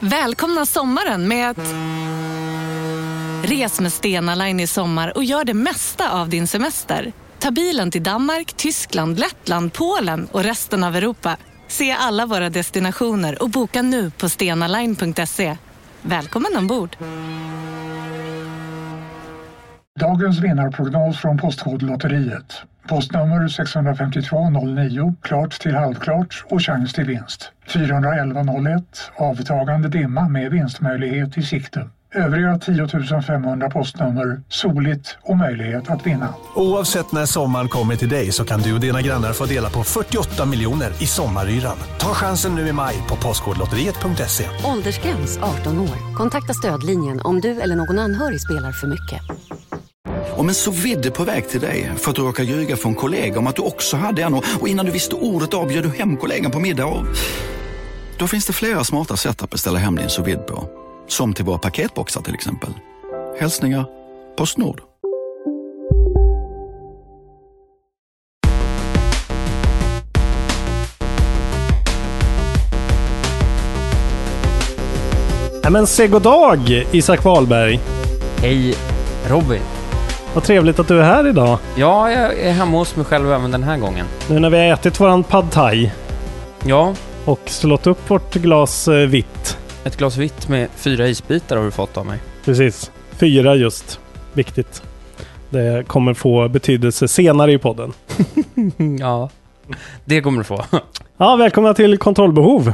Välkomna sommaren med att... Res med Stena Line i sommar och gör det mesta av din semester. Ta bilen till Danmark, Tyskland, Lettland, Polen och resten av Europa. Se alla våra destinationer och boka nu på stenaline.se. Välkommen ombord! Dagens vinnarprognos från Postkodlotteriet. Postnummer 65209, klart till halvklart och chans till vinst. 41101, avtagande dimma med vinstmöjlighet i sikte. Övriga 10 500 postnummer, soligt och möjlighet att vinna. Oavsett när sommaren kommer till dig så kan du och dina grannar få dela på 48 miljoner i sommaryran. Ta chansen nu i maj på postkodlotteriet.se. Åldersgräns 18 år. Kontakta stödlinjen om du eller någon anhörig spelar för mycket. Om en sous-vide på väg till dig för att du råkar ljuga från kollega om att du också hade en och innan du visste ordet av bjöd du hem kollegan på middag och... Då finns det flera smarta sätt att beställa hem din sous-vide på. Som till våra paketboxar till exempel. Hälsningar PostNord. Men se god dag, Isak Wahlberg. Hej Robin. Vad trevligt att du är här idag. Ja, jag är hemma hos mig själv även den här gången. Nu när vi har ätit våran pad thai. Ja. Och slått upp vårt glas vitt. Ett glas vitt med 4 isbitar har du fått av mig. Precis, 4 just. Viktigt. Det kommer få betydelse senare i podden. Ja, det kommer du få. Ja, välkomna till Kontrollbehov.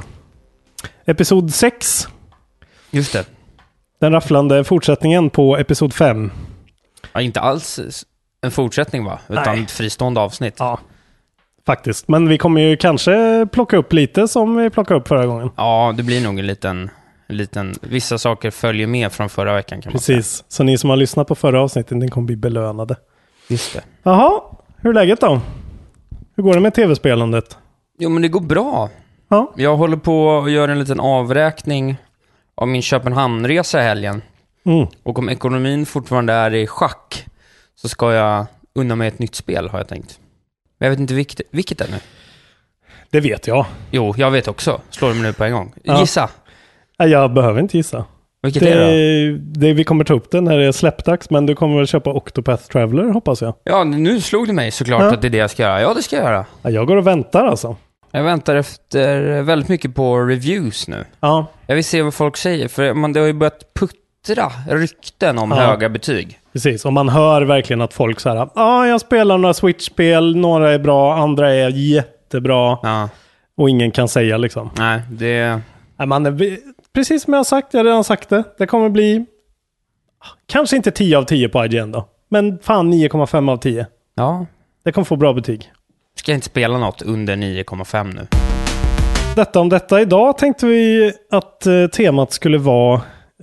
Episod 6. Just det. Den rafflande fortsättningen på episod 5. Ja, inte alls en fortsättning va? Utan ett fristående avsnitt. Ja, faktiskt. Men vi kommer ju kanske plocka upp lite som vi plockade upp förra gången. Ja, det blir nog en liten... Vissa saker följer med från förra veckan kan man säga. Precis. Så ni som har lyssnat på förra avsnittet, den kommer bli belönade. Just det. Jaha, hur är läget då? Hur går det med tv-spelandet? Jo, men det går bra. Ja. Jag håller på att göra en liten avräkning av min Köpenhamnresa i helgen. Och om ekonomin fortfarande är i schack så ska jag unna mig ett nytt spel, har jag tänkt. Men jag vet inte vilket är nu. Det vet jag. Jo, jag vet också. Slår du mig nu på en gång. Ja. Gissa. Jag behöver inte gissa. Vilket är det då? Det vi kommer ta upp den när det är släppdags, men du kommer väl köpa Octopath Traveler, hoppas jag. Ja, nu slog det mig såklart att det är det jag ska göra. Ja, det ska jag göra. Ja, jag går och väntar alltså. Jag väntar efter väldigt mycket på reviews nu. Ja. Jag vill se vad folk säger, för det har ju börjat puttra rykten om höga betyg. Precis, och man hör verkligen att folk så här, jag spelar några Switch-spel, några är bra, andra är jättebra. Ja. Och ingen kan säga liksom. Nej, det... Precis som jag har sagt, jag har redan sagt det. Det kommer bli kanske inte 10 av 10 på IGN då. Men fan 9,5 av 10. Ja. Det kommer få bra betyg. Ska jag inte spela något under 9,5 nu? Detta om detta. Idag tänkte vi att temat skulle vara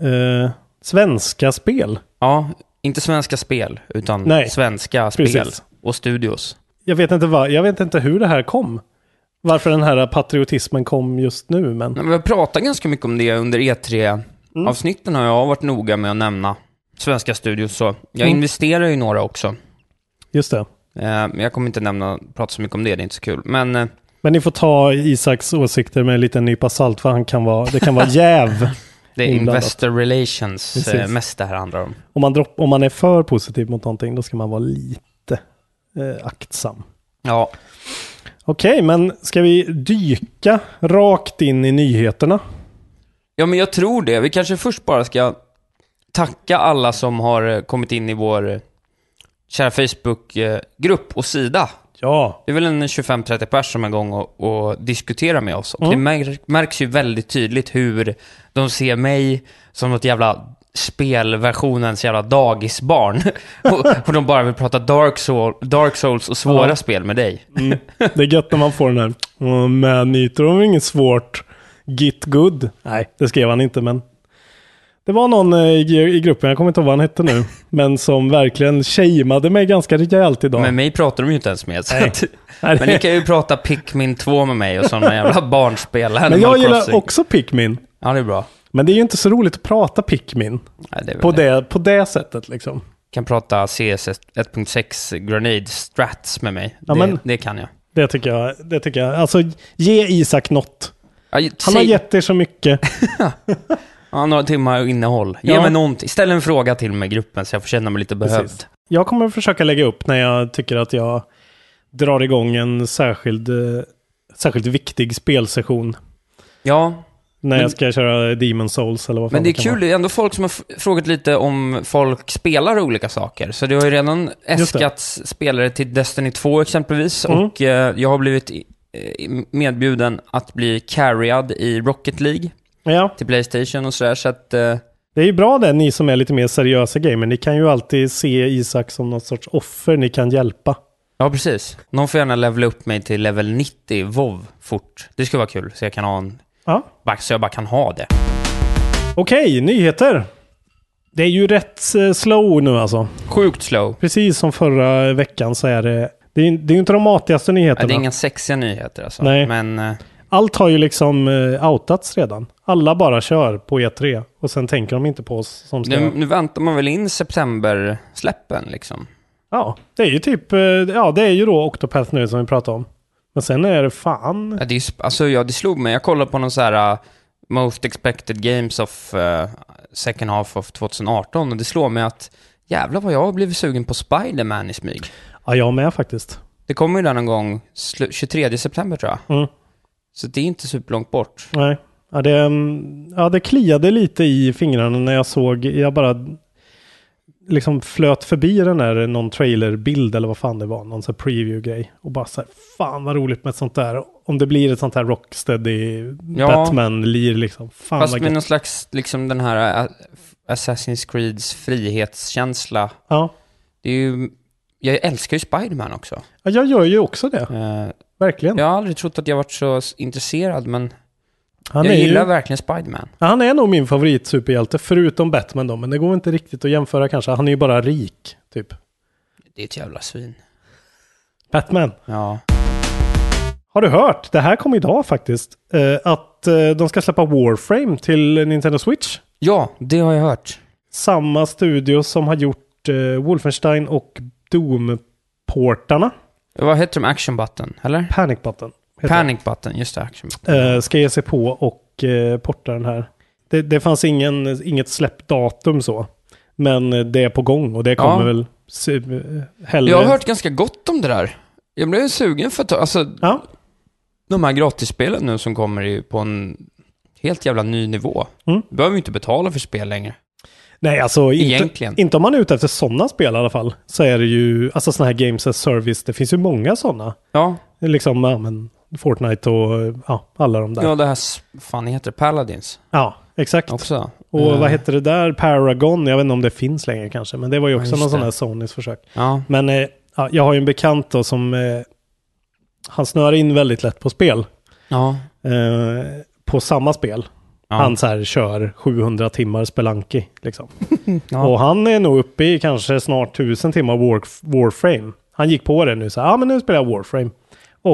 svenska spel. Ja, inte svenska spel, utan svenska spel. Precis. Och studios. Jag vet inte hur det här kom. Varför den här patriotismen kom just nu. Men vi har pratat ganska mycket om det under E3-avsnitten har jag varit noga med att nämna svenska studios. Så jag investerar i några också. Just det. Jag kommer inte prata så mycket om det är inte så kul. Men ni får ta Isaks åsikter med en liten nypa salt, för det kan vara jäv. Det är investor relations mest det här handlar om. Om man är för positiv mot någonting, då ska man vara lite aktsam. Ja. Okej, men ska vi dyka rakt in i nyheterna? Ja, men jag tror det. Vi kanske först bara ska tacka alla som har kommit in i vår kära Facebook-grupp och sida. Ja. Det är väl en 25-30 personer som en gång och diskutera med oss. Och det märks ju väldigt tydligt hur de ser mig som något jävla spelversionens jävla dagisbarn. och de bara vill prata Dark Souls och svåra spel med dig. Det är gött när man får den här men Nitro var inget svårt. Git good. Nej, det skrev han inte, men det var någon i gruppen, jag kommer inte ihåg vad han hette nu, men som verkligen shameade mig ganska rejält idag. Men mig pratar de ju inte ens med. Men ni kan ju prata Pikmin 2 med mig och sådana jävla barnspel. Men jag gillar också Pikmin. Ja, det är bra. Men det är ju inte så roligt att prata Pikmin. Nej, det är på det sättet liksom. Kan prata CS 1.6 Grenade Strats med mig. Det kan jag. Det tycker jag. Alltså, ge Isak något. Han har gett er så mycket. Ja, några timmar innehåll. Ge mig någonting. Ställ en fråga till mig i gruppen så jag får känna mig lite behövd. Jag kommer försöka lägga upp när jag tycker att jag drar igång en särskilt viktig spelsession. Ja. När jag ska köra Demon's Souls eller vad fan. Men det är kul, det är ändå folk som har frågat lite om folk spelar olika saker. Så det har ju redan äskats spelare till Destiny 2 exempelvis. Och jag har blivit medbjuden att bli carried i Rocket League. Ja. Till PlayStation och sådär, så att... Det är ju bra det, ni som är lite mer seriösa gamer. Ni kan ju alltid se Isak som något sorts offer ni kan hjälpa. Ja, precis. Någon får gärna levela upp mig till level 90 WoW fort. Det skulle vara kul, så jag kan ha en... Ja. Så jag bara kan ha det. Okej, nyheter. Det är ju rätt slow nu alltså. Sjukt slow. Precis som förra veckan så är det... Det är ju inte de matigaste nyheterna. Det är inga sexiga nyheter alltså. Nej. Men... Allt har ju liksom outats redan. Alla bara kör på E3 och sen tänker de inte på oss som ska... Nu väntar man väl in september-släppen liksom. Ja, det är ju typ... Ja, det är ju då Octopath nu som vi pratar om. Men sen är det fan... Ja, det slog mig. Jag kollade på någon så här Most Expected Games of Second Half of 2018 och det slår mig att jävlar vad jag har blivit sugen på Spider-Man i smyg. Ja, jag med faktiskt. Det kommer ju där någon gång 23 september tror jag. Mm. Så det är inte superlångt bort. Nej. Ja, det kliade lite i fingrarna när jag bara liksom flöt förbi den där någon trailerbild eller vad fan det var, någon sån preview-grej och bara så här, fan vad roligt med ett sånt där, om det blir ett sånt här Rocksteady Batman-lir liksom. Fan, fast med någon slags liksom den här Assassin's Creeds frihetskänsla. Ja. Det är ju, jag älskar ju Spider-Man också. Ja, jag gör ju också det. Verkligen. Jag har aldrig trott att jag varit så intresserad, men jag gillar verkligen Spider-Man. Ja, han är nog min favorit superhjälte, förutom Batman då, men det går inte riktigt att jämföra kanske. Han är ju bara rik, typ. Det är ett jävla svin. Batman? Ja. Har du hört? Det här kom idag faktiskt. Att de ska släppa Warframe till Nintendo Switch. Ja, det har jag hört. Samma studio som har gjort Wolfenstein och Doom-portarna. Vad heter de? Action Button, eller? Panic Button. Panic Button, just det. Action Button. Ska ge sig på och porta den här. Det fanns inget släppdatum så. Men det är på gång och det kommer väl hellre... Jag har hört ganska gott om det där. Jag blev sugen för att de här gratisspelen nu som kommer på en helt jävla ny nivå. Du behöver ju inte betala för spel längre. Nej, alltså inte om man är ute efter sådana spel i alla fall. Så är det ju, alltså sådana här games as service, det finns ju många sådana. Ja. Liksom, men Fortnite och alla de där. Ja, det här fan heter Paladins. Ja, exakt. Också. Och vad heter det där? Paragon, jag vet inte om det finns längre kanske, men det var ju också någon sån här Sonys försök. Ja. Men jag har ju en bekant då som han snör in väldigt lätt på spel. Ja. På samma spel. Ja. Han så här kör 700 timmar Spelunky liksom. Ja. Och han är nog uppe i kanske snart 1000 timmar Warframe. Han gick på det nu så men nu spelar jag Warframe. Och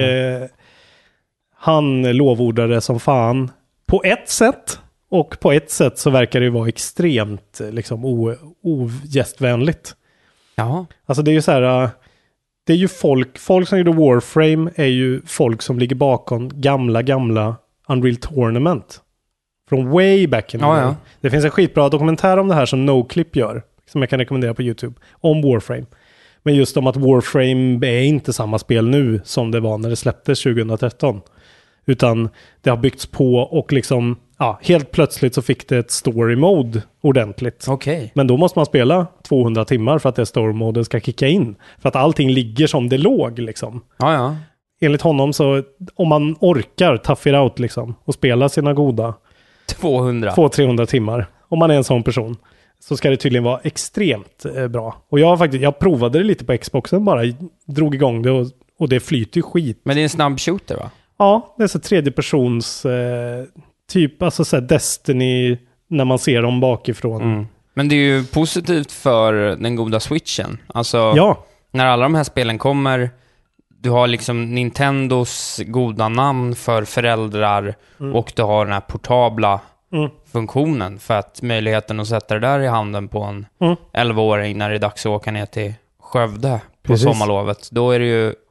han lovordade som fan på ett sätt. Och på ett sätt så verkar det vara extremt liksom ogästvänligt. Ja. Alltså det är ju så här, det är ju folk som gjorde Warframe är ju folk som ligger bakom gamla Unreal Tournament. Från way back in the day. Det finns en skitbra dokumentär om det här som NoClip gör. Som jag kan rekommendera på YouTube. Om Warframe. Men just om att Warframe är inte samma spel nu som det var när det släpptes 2013. Utan det har byggts på och liksom helt plötsligt så fick det ett story mode ordentligt. Okay. Men då måste man spela 200 timmar för att det story mode ska kicka in. För att allting ligger som det låg liksom. Ja. Enligt honom så om man orkar tough it out liksom och spela sina goda 200-300 timmar. Om man är en sån person så ska det tydligen vara extremt bra. Och jag provade det lite på Xboxen bara. Drog igång det och det flyter ju skit. Men det är en snabb shooter va? Ja, det är så tredjepersons typ, alltså så här Destiny när man ser dem bakifrån. Mm. Men det är ju positivt för den goda Switchen. Alltså, när alla de här spelen kommer, du har liksom Nintendos goda namn för föräldrar och du har den här portabla funktionen för att möjligheten att sätta det där i handen på en 11-åring när det är dags att åka ner till Skövde på sommarlovet. Då är det ju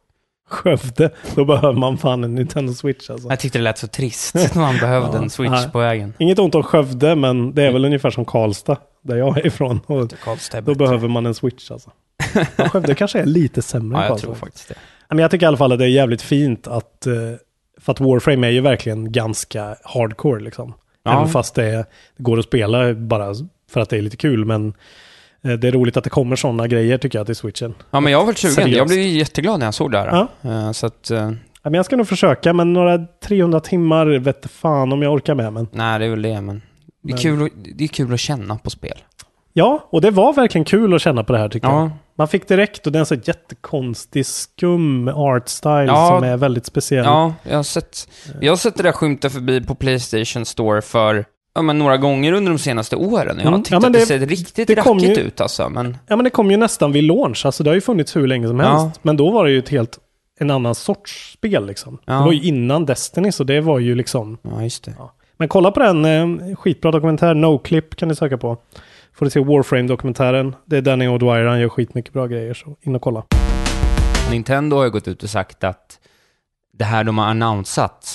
Skövde, då behöver man fan en Nintendo Switch alltså. Jag tyckte det lät så trist när man behövde en Switch på vägen. Inget ont om Skövde, men det är väl ungefär som Karlstad, där jag är ifrån. Och då behöver man en Switch alltså. Ja, Skövde kanske är lite sämre än jag Karlstad. tror faktiskt det. Men jag tycker i alla fall att det är jävligt fint att, för att Warframe är ju verkligen ganska hardcore liksom. Ja. Även fast det går att spela bara för att det är lite kul, men det är roligt att det kommer sådana grejer tycker jag till Switchen. Ja, men jag har varit 20. Seriöst. Jag blev jätteglad när jag såg det här. Ja. Så att... Ja, men jag ska nog försöka, men några 300 timmar vet fan om jag orkar med. Men... Nej, det är väl det, men... Det är kul att känna på spel. Ja, och det var verkligen kul att känna på det här tycker Ja. jag. Man fick direkt, och det är en så jättekonstig skum art style som är väldigt speciell. Ja, jag har sett det där skymta förbi på PlayStation Store för några gånger under de senaste åren. Jag har tyckt att det ser riktigt rackigt ut alltså. Men... Ja, men det kom ju nästan vid launch. Alltså det har ju funnits hur länge som helst. Men då var det ju en annan sorts spel liksom. Ja. Det var ju innan Destiny, så det var ju liksom... Ja, just det. Ja. Men kolla på den, skitbra dokumentär, NoClip kan ni söka på. Får du se Warframe-dokumentären. Det är Danny O'Dwyer, han gör skitmycket bra grejer, så in och kolla. Nintendo har ju gått ut och sagt att det här de har annonsat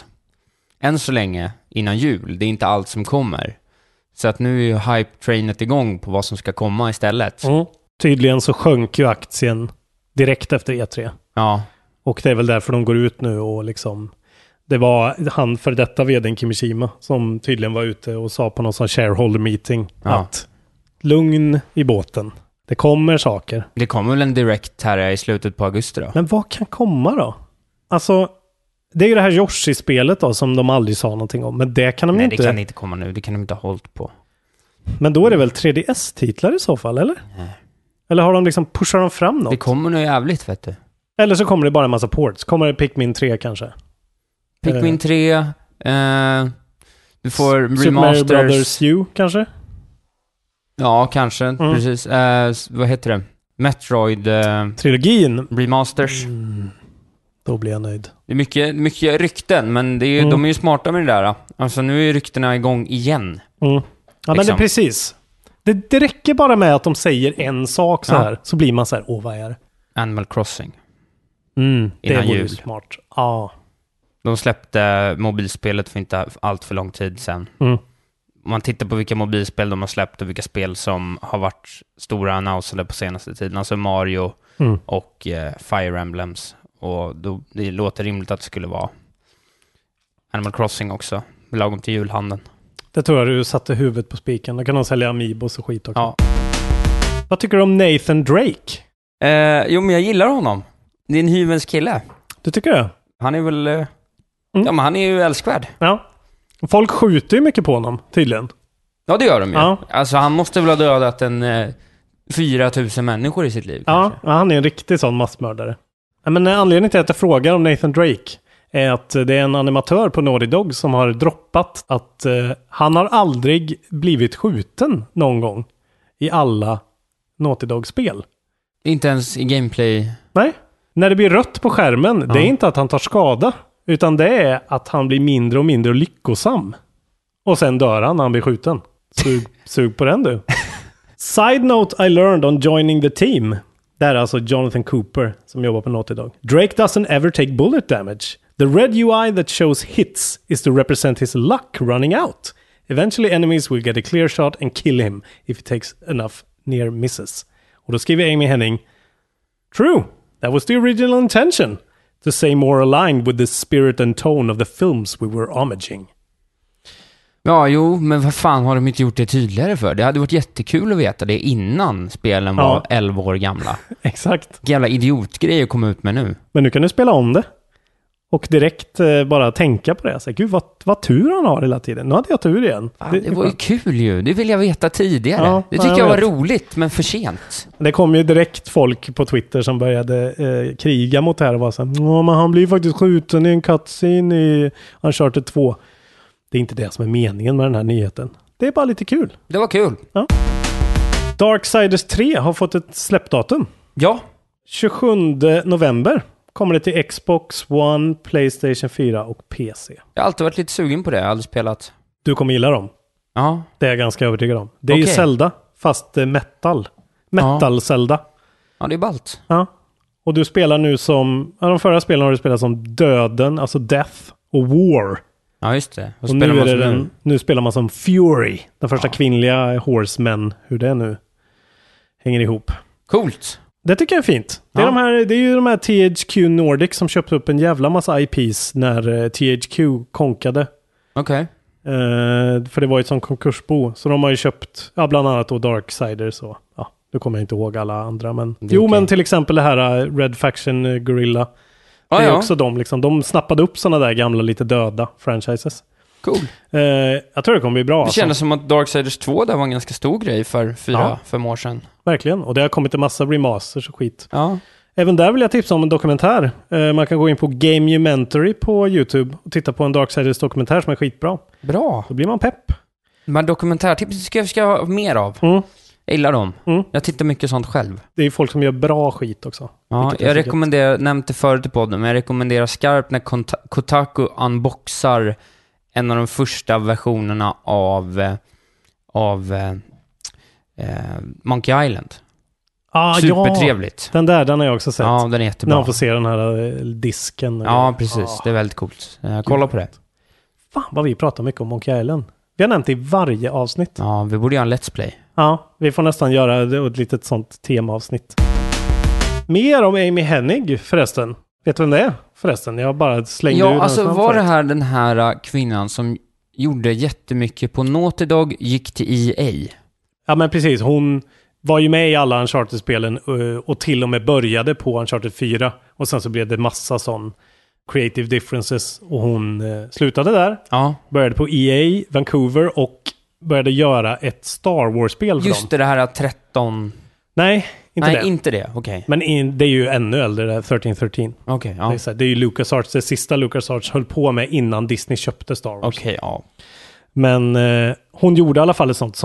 än så länge innan jul, det är inte allt som kommer. Så att nu är ju hype-trainet igång på vad som ska komma istället. Tydligen så sjönk ju aktien direkt efter E3. Ja. Och det är väl därför de går ut nu och liksom... Det var han för detta vdn Kimishima som tydligen var ute och sa på någon sån shareholder meeting att lugn i båten. Det kommer saker. Det kommer väl en direct här i slutet på augusti då? Men vad kan komma då? Alltså, det är ju det här Yoshi-spelet då som de aldrig sa någonting om. Men det kan de inte... Nej, det kan inte komma nu. Det kan de inte ha hållit på. Men då är det väl 3DS-titlar i så fall, eller? Nej. Eller har de liksom pushat dem fram något? Det kommer nog jävligt, vet du. Eller så kommer det bara en massa ports. Kommer det Pikmin 3 kanske? Pikmin 3, du får remasters. Super Mario Brothers U kanske? Ja, kanske, precis. Vad heter det? Metroid... Trilogin? Remasters. Då blir jag nöjd. Det är mycket rykten, men det är, de är ju smarta med det där. Alltså nu är ryktena igång igen. Ja, liksom. Men det är precis. Det räcker bara med att de säger en sak så här. Så blir man så här, vad är det? Animal Crossing. Det vore ju smart. Ja. De släppte mobilspelet för inte allt för lång tid sedan. Om man tittar på vilka mobilspel de har släppt och vilka spel som har varit stora annonsade på senaste tiden. Alltså Mario och Fire Emblems. Och då, det låter rimligt att det skulle vara Animal Crossing också. Lagom till julhandeln. Det tror jag du satte huvudet på spiken. Då kan de sälja Amiibos och skit också. Ja. Vad tycker du om Nathan Drake? Jo, men jag gillar honom. Det är en hyvens kille. Du tycker det? Han är väl... Ja, men han är ju älskvärd. Ja. Folk skjuter ju mycket på honom, tydligen. Ja, det gör de ju. Ja. Alltså, han måste väl ha dödat 4000 människor i sitt liv, kanske. Ja, han är en riktig sån massmördare. Men anledningen till att jag frågar om Nathan Drake är att det är en animatör på Naughty Dog som har droppat att han har aldrig blivit skjuten någon gång i alla Naughty Dog-spel. Inte ens i gameplay? Nej. När det blir rött på skärmen, det är inte att han tar skada, utan det är att han blir mindre och mindre lyckosam. Och sen dör han när han blir skjuten. Sug på den du. Side note I learned on joining the team. Det är alltså Jonathan Cooper som jobbar på Naughty Dog. Drake doesn't ever take bullet damage. The red UI that shows hits is to represent his luck running out. Eventually enemies will get a clear shot and kill him if he takes enough near misses. Och då skriver Amy Henning, True, that was the original intention. To say more aligned with the spirit and tone of the films we were homaging. Ja, jo, men vad fan har de inte gjort det tydligare för? Det hade varit jättekul att veta det innan spelen var 11 år gamla. Exakt. Jävla idiotgrej att komma ut med nu. Men nu kan du spela om det. Och direkt bara tänka på det. Så, gud, vad tur han har hela tiden. Nu hade jag tur igen. Det var ju kul ju. Det vill jag veta tidigare. Ja, det tycker jag var roligt, men för sent. Det kom ju direkt folk på Twitter som började kriga mot det här och var så här, men han blir faktiskt skjuten i en cutscene i Uncharted 2. Det är inte det som är meningen med den här nyheten. Det är bara lite kul. Det var kul. Ja. Darksiders 3 har fått ett släppdatum. Ja. 27 november kommer det till Xbox One, PlayStation 4 och PC. Jag har alltid varit lite sugen på det. Jag har aldrig spelat. Du kommer gilla dem. Ja. Det är jag ganska övertygad om. Det är ju Zelda, fast metal. Metal-Zelda. Ja, det är ballt. Ja. Och du spelar nu som, de förra spelen har du spelat som döden, alltså death och war. Ja, just det. Och nu spelar man som Fury, den första kvinnliga horsemen, hur det nu hänger ihop. Coolt. Det tycker jag är fint. Det är ju de här THQ Nordic som köpte upp en jävla massa IPs när THQ konkade. Okej. För det var ju ett sånt konkursbo. Så de har ju köpt, bland annat då Darksiders och nu kommer jag inte ihåg alla andra, men men till exempel det här Red Faction Guerrilla. Det är också de snappade upp såna där gamla lite döda franchises. Cool. Jag tror det kommer bli bra. Det kändes som att Darksiders 2 där var en ganska stor grej för 4-5 år sedan. Verkligen, och det har kommit en massa remasters och skit. Ja. Även där vill jag tipsa om en dokumentär. Man kan gå in på Gameumentary på YouTube och titta på en Darksiders dokumentär som är skitbra. Bra. Då blir man pepp. Men dokumentärtips ska jag ha mer av. Jag gillar dem. Jag tittar mycket sånt själv. Det är folk som gör bra skit också. Ja, jag rekommenderar, nämnde förut i podden, men jag rekommenderar skarpt när Kotaku unboxar en av de första versionerna av Monkey Island. Supertrevligt. Den har jag också sett. Ja, den är jättebra. När man får se den här disken. Ja, precis. Det är väldigt coolt. Kolla på det. Fan vad vi pratar mycket om Monkey Island. Vi har nämnt det i varje avsnitt. Ja, vi borde göra en Let's Play. Ja, vi får nästan göra ett litet sånt temaavsnitt. Mer om Amy Hennig förresten. Vet du vem det är förresten? Jag bara slängde ur den. Ja, alltså var det här den här kvinnan som gjorde jättemycket på Naughty Dog, gick till EA? Ja, men precis. Hon var ju med i alla Uncharted-spelen och till och med började på Uncharted 4. Och sen så blev det massa sån creative differences och hon slutade där. Ja. Började på EA, Vancouver och började göra ett Star Wars-spel för Just dem. det här 13... Nej, inte det. Okej. Men det är ju ännu äldre, det 1313. Okej, ja. Det är ju LucasArts, det sista LucasArts höll på med innan Disney köpte Star Wars. Okej, ja. Men hon gjorde i alla fall ett sånt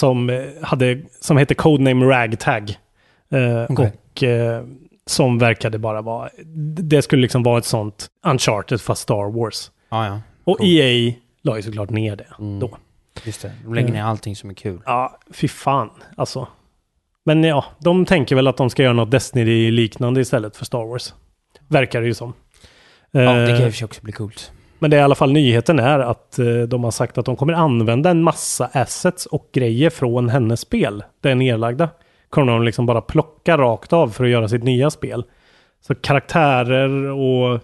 som heter Codename Ragtag. Och som verkade bara vara... Det skulle liksom vara ett sånt Uncharted fast Star Wars. Ja. Och EA la ju såklart ner det då. Just det, de lägger ner allting som är kul. Ja, fy fan. Alltså. Men ja, de tänker väl att de ska göra något Destiny-liknande istället för Star Wars. Verkar det ju som. Ja, det kan ju också bli coolt. Men det är i alla fall nyheten är att de har sagt att de kommer använda en massa assets och grejer från hennes spel. Det är nedlagda. Kommer de liksom bara plocka rakt av för att göra sitt nya spel. Så karaktärer och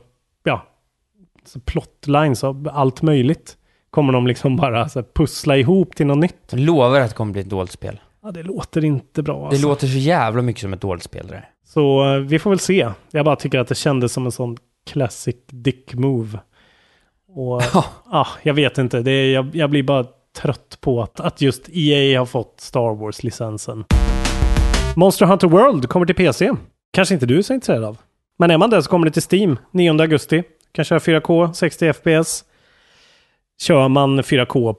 så plotlines och allt möjligt kommer de liksom bara så pussla ihop till något nytt. Jag lovar att det kommer bli ett dåligt spel. Ja, det låter inte bra. Det låter så jävla mycket som ett dåligt spel där. Så vi får väl se. Jag bara tycker att det kändes som en sån classic dick move. Och jag vet inte. Jag blir bara trött på att just EA har fått Star Wars-licensen. Monster Hunter World kommer till PC. Kanske inte du är så intresserad av. Men är man där så kommer det till Steam 9 augusti. Kan köra 4K, 60 FPS. Kör man 4K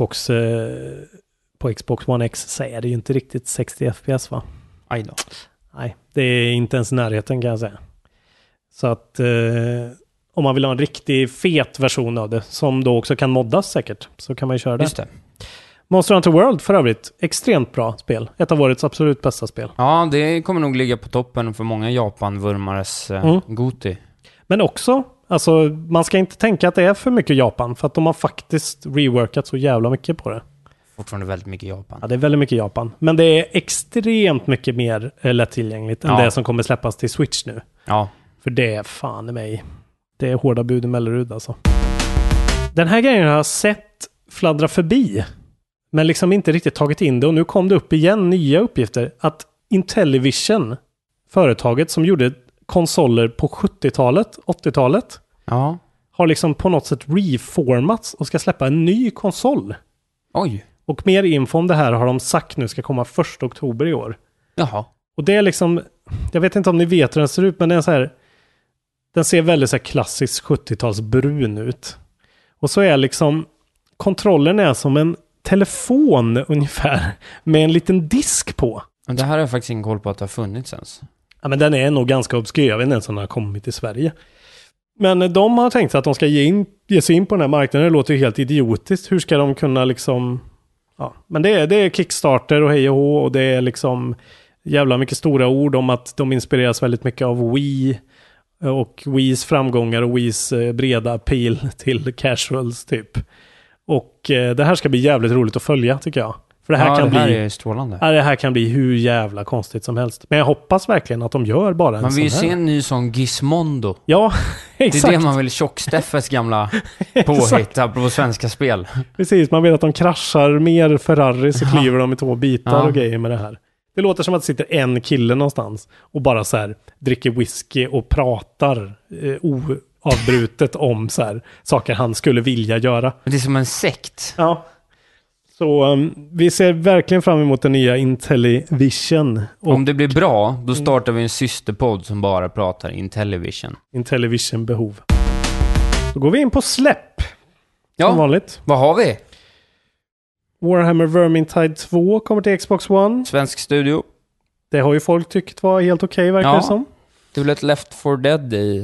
på Xbox One X så är det ju inte riktigt 60 FPS, va? Aj då. Nej, det är inte ens närheten kan jag säga. Så att om man vill ha en riktigt fet version av det som då också kan moddas säkert så kan man ju köra det. Just det. Monster Hunter World för övrigt, extremt bra spel. Ett av årets absolut bästa spel. Ja, det kommer nog ligga på toppen för många Japan-vurmares Goti. Men också, alltså man ska inte tänka att det är för mycket Japan för att de har faktiskt reworkat så jävla mycket på det. Fortfarande väldigt mycket Japan. Ja, det är väldigt mycket Japan. Men det är extremt mycket mer lättillgängligt än det som kommer släppas till Switch nu. Ja. För det är fan i mig. Det är hårda bud i Mellerud alltså. Den här grejen har jag sett fladdra förbi. Men liksom inte riktigt tagit in det. Och nu kom det upp igen nya uppgifter. Att Intellivision, företaget som gjorde konsoler på 70-talet, 80-talet. Ja. Har liksom på något sätt reformats och ska släppa en ny konsol. Oj. Och mer info om det här har de sagt nu ska komma 1 oktober i år. Jaha. Och det är liksom, jag vet inte om ni vet hur den ser ut, men den är så här, den ser väldigt så här klassisk 70-tals brun ut. Och så är liksom, kontrollen är som en telefon ungefär, med en liten disk på. Men det här har jag faktiskt ingen koll på att det har funnits ens. Ja, men den är nog ganska obskyr, jag vet inte ens om den har kommit till Sverige. Men de har tänkt sig att de ska ge sig in på den här marknaden. Det låter ju helt idiotiskt. Hur ska de kunna liksom... Ja, men det är Kickstarter och hej och hå och det är liksom jävla mycket stora ord om att de inspireras väldigt mycket av Wii och Wiis framgångar och Wiis breda appeal till casuals typ. Och det här ska bli jävligt roligt att följa tycker jag. För det här är strålande. Det här kan bli hur jävla konstigt som helst. Men jag hoppas verkligen att de gör bara en sån här. Man vill ju se en ny sån Gizmondo. Ja, exakt. Det är det man vill, Tjock-Steffes gamla påhitt på svenska spel. Precis, man vill att de kraschar mer Ferrari så kliver de i 2 bitar och grejer med det här. Det låter som att det sitter en kille någonstans och bara så här dricker whisky och pratar oavbrutet om så här saker han skulle vilja göra. Det är som en sekt. Ja. Så vi ser verkligen fram emot den nya Intellivision. Om det blir bra, då startar vi en systerpodd som bara pratar Intellivision. Intellivision behov. Då går vi in på släpp. Ja, som vanligt. Vad har vi? Warhammer Vermintide 2 kommer till Xbox One. Svensk studio. Det har ju folk tyckt var helt okej, verkar det som. Det är väl ett Left 4 Dead i...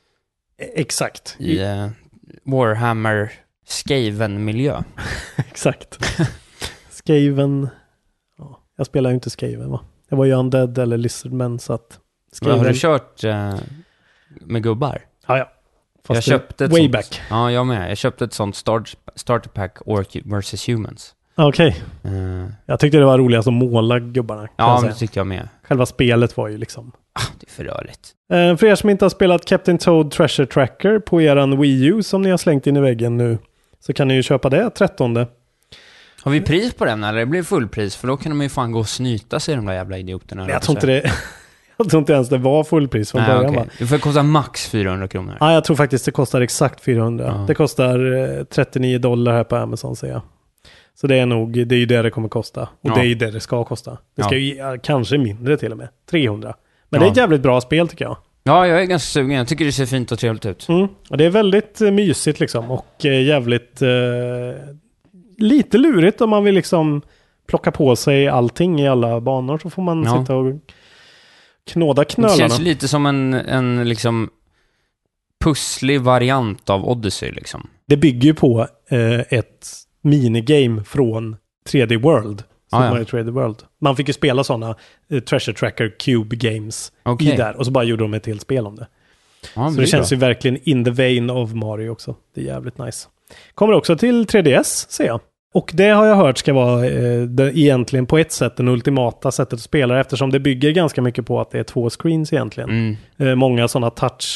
Exakt. I Warhammer Skaven-miljö. Exakt. Skaven... Ja, jag spelar ju inte Skaven, va? Jag var ju Undead eller Lizardmen, så att... Skaven... Har du kört med gubbar? Ja. Fast jag köpte ett way sånt, back. Ja, jag med. Jag köpte ett sånt starter pack Orc vs. Humans. Okej. Jag tyckte det var roligast att måla gubbarna. Ja, men det tyckte jag med. Själva spelet var ju liksom... det är för rörigt. För er som inte har spelat Captain Toad Treasure Tracker på eran Wii U som ni har slängt in i väggen nu, så kan ni ju köpa det 13. Har vi pris på den eller det blir fullpris? För då kan de ju fan gå och snyta sig de där jävla idioterna. Jag tror inte det... Jag tror inte ens det var fullpris från början. Okay. Det får kosta max 400 kronor. Ja, jag tror faktiskt det kostar exakt 400. Ja. Det kostar $39 här på Amazon, säger jag. Så det är ju det kommer kosta. Och det är ju det det ska kosta. Det ska ju kanske mindre till och med. 300. Men det är ett jävligt bra spel tycker jag. Ja, jag är ganska sugen. Jag tycker det ser fint och trevligt ut. Och det är väldigt mysigt liksom. Och jävligt lite lurigt om man vill liksom plocka på sig allting i alla banor. Så får man sitta och knåda knölarna. Det känns lite som en liksom pusslig variant av Odyssey liksom. Det bygger ju på ett minigame från 3D World. Super Mario 3D World. Man fick ju spela sådana Treasure Tracker Cube Games i där. Och så bara gjorde de ett helt spel om det. Ja, så det känns ju verkligen in the vein of Mario också. Det är jävligt nice. Kommer också till 3DS, ser jag. Och det har jag hört ska vara egentligen på ett sätt den ultimata sättet att spela, eftersom det bygger ganska mycket på att det är 2 screens egentligen. Många sådana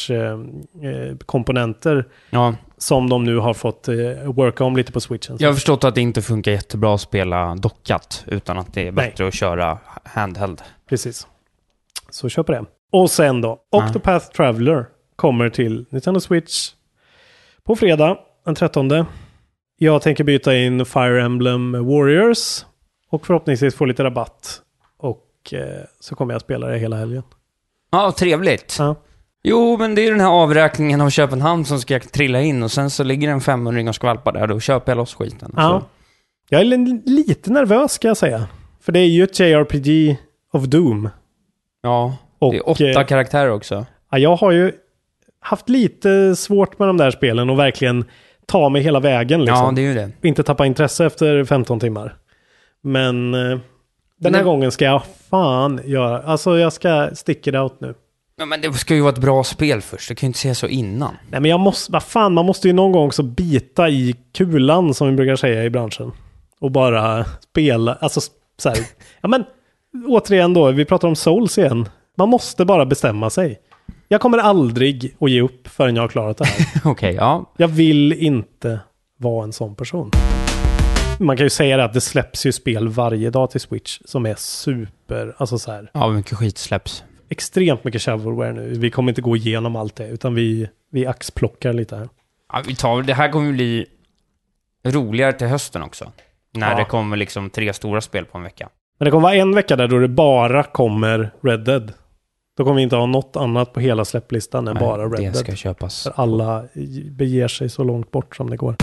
touch-komponenter som de nu har fått worka om lite på Switchen. Jag har förstått att det inte funkar jättebra att spela dockat, utan att det är bättre att köra handheld. Precis. Så kör på det. Och sen då, Octopath Traveler kommer till Nintendo Switch på fredag den 13. Jag tänker byta in Fire Emblem Warriors och förhoppningsvis få lite rabatt. Och så kommer jag spela det hela helgen. Ja, trevligt. Ja. Jo, men det är den här avräkningen av Köpenhamn som ska trilla in och sen så ligger en 500 och skvalpar där, då köper jag loss skiten. Ja. Jag är lite nervös ska jag säga. För det är ju ett JRPG of Doom. Ja, och, det är 8 karaktärer också. Ja, jag har ju haft lite svårt med de där spelen och verkligen ta mig hela vägen liksom. Ja, det är ju det. Inte tappa intresse efter 15 timmar. Men den här gången ska jag fan göra... Alltså jag ska stick it out nu. Ja, men det ska ju vara ett bra spel först. Det kan ju inte säga så innan. Nej, men jag måste... Vad fan, man måste ju någon gång också bita i kulan som vi brukar säga i branschen. Och bara spela... Alltså så här... Ja, men återigen då. Vi pratar om Souls igen. Man måste bara bestämma sig. Jag kommer aldrig att ge upp förrän jag har klarat det här. Okej, ja. Jag vill inte vara en sån person. Man kan ju säga det att det släpps ju spel varje dag till Switch som är super, alltså så här. Ja, mycket skit släpps. Extremt mycket shovelware nu. Vi kommer inte gå igenom allt det, utan vi axplockar lite här. Ja, det här kommer bli roligare till hösten också. När det kommer liksom 3 stora spel på en vecka. Men det kommer vara en vecka där då det bara kommer Red Dead. Då kommer vi inte ha något annat på hela släpplistan än bara Red Dead. Det ska köpas. För alla beger sig så långt bort som det går.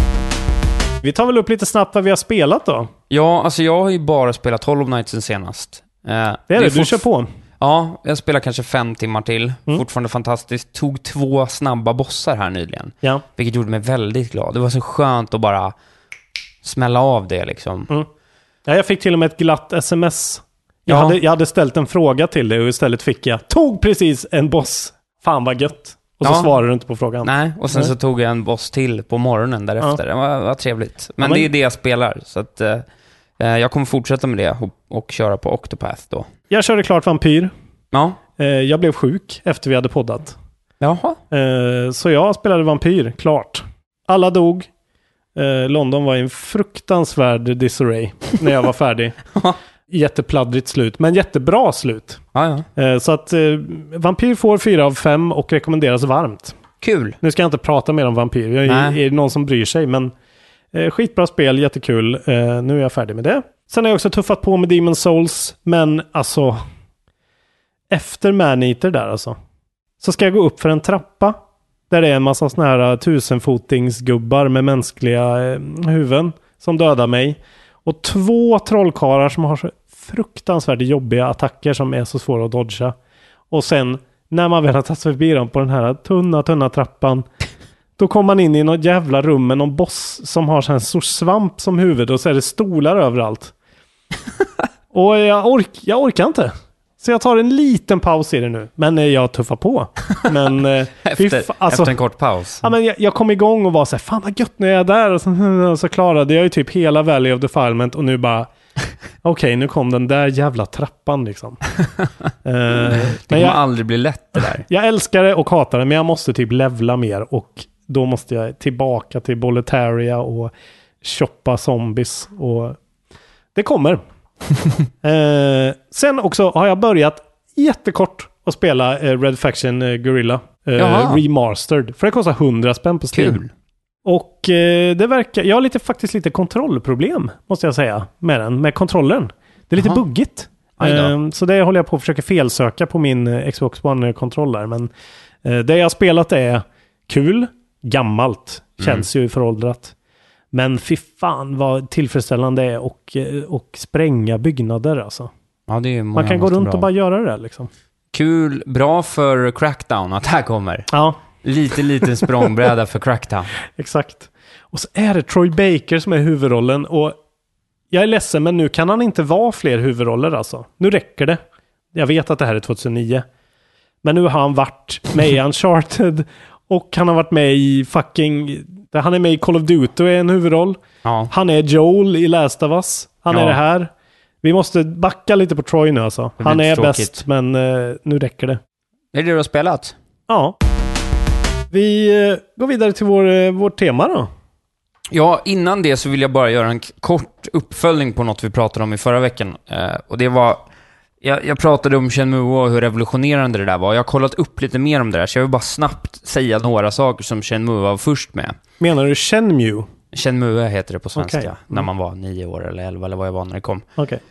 Vi tar väl upp lite snabbt vad vi har spelat då. Ja, alltså jag har ju bara spelat Hollow Knight sen senast. Det är det, du kör på. Ja, jag spelar kanske 5 timmar till. Fortfarande fantastiskt. Tog 2 snabba bossar här nyligen. Ja. Vilket gjorde mig väldigt glad. Det var så skönt att bara smälla av det liksom. Ja, jag fick till och med ett glatt sms Jag hade ställt en fråga till dig och istället fick jag tog precis en boss. Fan vad gött. Och så svarade du inte på frågan. Nej, och sen så tog jag en boss till på morgonen därefter. Det var trevligt. Men det är det jag spelar. Så att jag kommer fortsätta med det och köra på Octopath då. Jag körde klart Vampyr. Ja. Jag blev sjuk efter vi hade poddat. Jaha. Så jag spelade Vampyr, klart. Alla dog. London var i en fruktansvärd disarray när jag var färdig. Jättepladdrigt slut, men jättebra slut. Så att Vampyr får 4 av 5 och rekommenderas varmt. Kul. Nu ska jag inte prata mer om Vampyr. Jag är någon som bryr sig, men skitbra spel, jättekul. Nu är jag färdig med det. Sen har jag också tuffat på med Demon's Souls, men alltså efter Maneater där alltså, så ska jag gå upp för en trappa där det är en massa såna här 1000-fotingsgubbar med mänskliga huvuden som dödar mig. Och 2 trollkarlar som har så fruktansvärt jobbiga attacker som är så svåra att dodga. Och sen, när man väl har tagit sig förbi dem på den här tunna trappan, då kommer man in i något jävla rum med någon boss som har en stor svamp som huvud och så är det stolar överallt. Och jag orkar inte. Så jag tar en liten paus i det nu. Men jag tuffar på. Men, efter en kort paus. Ja, men jag kom igång och var så här, fan vad gött när jag är där. Och så klarade jag ju typ hela Valley of Defilement. Och nu bara, okej, nu kom den där jävla trappan liksom. Det kommer aldrig bli lätt det där. Jag älskar det och hatar det, men jag måste typ levla mer. Och då måste jag tillbaka till Boletaria och shoppa zombies. Och det kommer. Sen också har jag börjat jättekort att spela Red Faction Guerrilla Remastered, för det kostar 100 spänn på Steam. Kul. Och det verkar, jag har faktiskt lite kontrollproblem måste jag säga med kontrollen. Det är lite buggigt. Så det håller jag på att försöka felsöka på min Xbox One-kontroller. Men det jag har spelat är kul, gammalt, känns ju föråldrat. Men fy fan vad tillfredsställande det är och spränga byggnader alltså. Ja, det är man kan gå runt och bara göra det liksom. Kul, bra för Crackdown att här kommer. Ja. Lite språngbräda för Crackdown. Exakt. Och så är det Troy Baker som är huvudrollen och jag är ledsen, men nu kan han inte vara fler huvudroller alltså. Nu räcker det. Jag vet att det här är 2009. Men nu har han varit med i Uncharted och han har varit med i han är med i Call of Duty och är en huvudroll. Ja. Han är Joel i Last of Us. Han är det här. Vi måste backa lite på Troy nu alltså. Han är bäst, men nu räcker det. Är det du har spelat? Ja. Vi går vidare till vårt tema då. Ja, innan det så vill jag bara göra en kort uppföljning på något vi pratade om i förra veckan. Och det var... Jag pratade om Shenmue och hur revolutionerande det där var. Jag har kollat upp lite mer om det där, så jag vill bara snabbt säga några saker som Shenmue var först med. Menar du Shenmue? Shenmue heter det på svenska. När man var 9 år eller 11 eller vad jag var när det kom.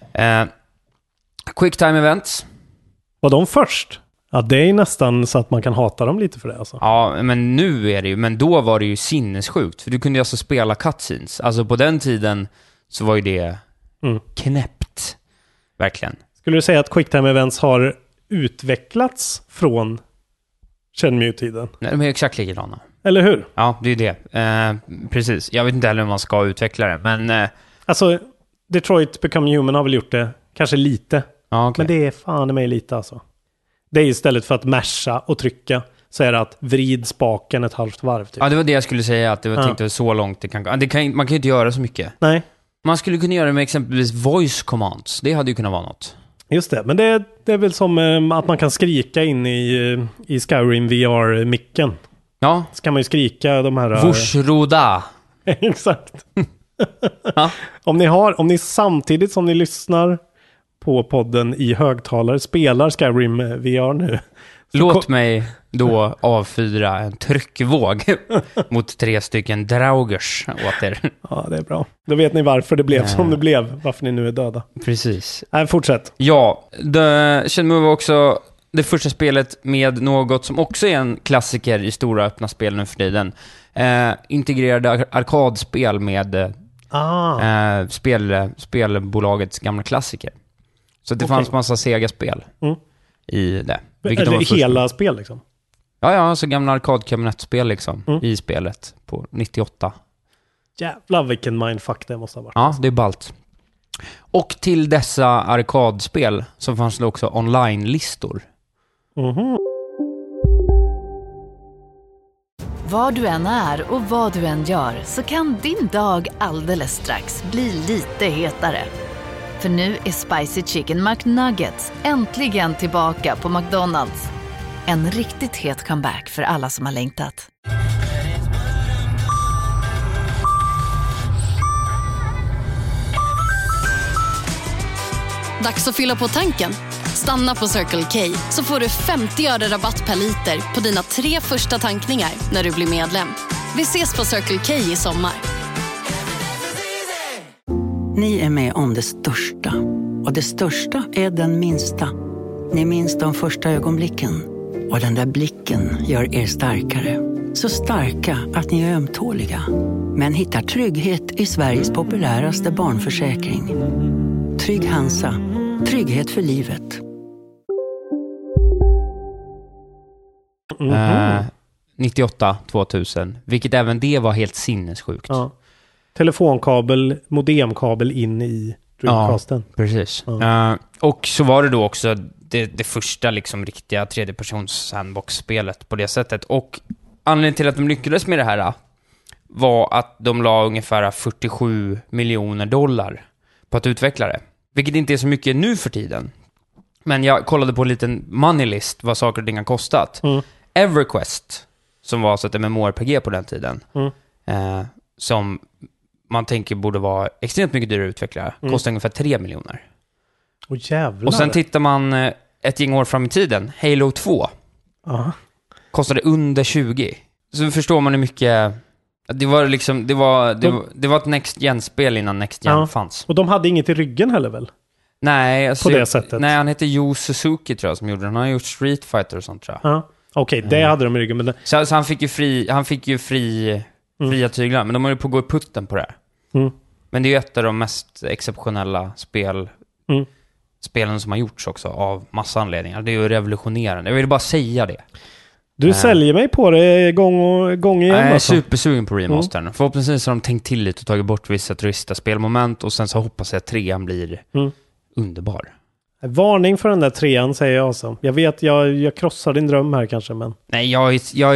Quick Time Events. Var de först? Ja, det är nästan så att man kan hata dem lite för det alltså. Ja, men nu är det ju, men då var det ju sinnessjukt. För du kunde ju alltså spela cutscenes. Alltså på den tiden så var ju det knäppt. Verkligen. Skulle du säga att Quick Time Events har utvecklats från Shenmue-tiden? Nej, de är exakt likadana. Eller hur? Ja, det är det. Precis. Jag vet inte heller hur man ska utveckla det, men... Alltså, Detroit Become Human har väl gjort det kanske lite. Ja, okay. Men det är fan i mig lite alltså. Det är istället för att masha och trycka så är det att vrid spaken ett halvt varv typ. Ja, det var det jag skulle säga, att det var tänkte så långt det kan gå. Man kan ju inte göra så mycket. Nej. Man skulle kunna göra det med exempelvis voice commands. Det hade ju kunnat vara något. Just det, men det är väl som att man kan skrika in i Skyrim VR-micken. Ja. Så kan man ju skrika de här... Vushroda. Exakt. Ja. Om ni samtidigt som ni lyssnar på podden i högtalare spelar Skyrim VR nu. Låt mig då avfyra en tryckvåg mot 3 stycken draugers åt er. Ja, det är bra. Då vet ni varför det blev som det blev. Varför ni nu är döda. Precis. Fortsätt. Ja, Shenmue var också det första spelet med något som också är en klassiker i stora öppna spel nu för tiden. Integrerade arkadspel med spelbolagets gamla klassiker. Så det fanns massa Sega-spel i det. Eller hela spel liksom? Ja, så gamla arkadkabinettspel liksom i spelet på 98. Jävlar vilken mindfuck det måste ha varit. Ja, det är ballt. Och till dessa arkadspel så fanns det också online-listor. Mhm. Var du än är och vad du än gör så kan din dag alldeles strax bli lite hetare. För nu är Spicy Chicken McNuggets äntligen tillbaka på McDonald's. En riktigt het comeback för alla som har längtat. Dags att fylla på tanken. Stanna på Circle K så får du 50 öre rabatt per liter på dina 3 första tankningar när du blir medlem. Vi ses på Circle K i sommar. Ni är med om det största. Och det största är den minsta. Ni minns de första ögonblicken. Och den där blicken gör er starkare. Så starka att ni är ömtåliga. Men hittar trygghet i Sveriges populäraste barnförsäkring. Trygg Hansa. Trygghet för livet. 98, 2000. Vilket även det var helt sinnessjukt. Ja. Telefonkabel, modemkabel in i Dreamcasten. Ja, precis. Ja. Och så var det då också det första liksom riktiga 3D-persons sandbox-spelet på det sättet. Och anledningen till att de lyckades med det här var att de la ungefär 47 miljoner dollar på att utveckla det. Vilket inte är så mycket nu för tiden. Men jag kollade på en liten money list vad saker och ting har kostat. EverQuest, som var så ett MMORPG på den tiden, som man tänker borde vara extremt mycket dyrare att utveckla, kostar ungefär 3 miljoner. Jävlar. Och sen tittar man ett gäng år fram i tiden, Halo 2 kostade under 20. Så förstår man hur mycket. Det var liksom, det var ett Next Gen-spel innan Next Gen fanns. Och de hade inget i ryggen heller väl? Nej, alltså, på det sättet. Nej, han heter Yu Suzuki tror jag som gjorde den. Han har gjort Street Fighter och sånt tror jag. Okej, det hade de i ryggen. Men så han fick ju fria tyglar, men de har ju på att gå i putten på det här. Men det är ju ett av de mest exceptionella spelen som har gjorts också av massa anledningar. Det är ju revolutionerande. Jag vill bara säga det. Du säljer mig på det gång igen. Jag är supersugen på remastern. Förhoppningsvis har de tänkt till lite och tagit bort vissa turista-spelmoment och sen så hoppas jag att 3an blir underbar. Varning för den där 3an säger jag alltså. Jag vet, jag krossar din dröm här kanske, men... Nej, jag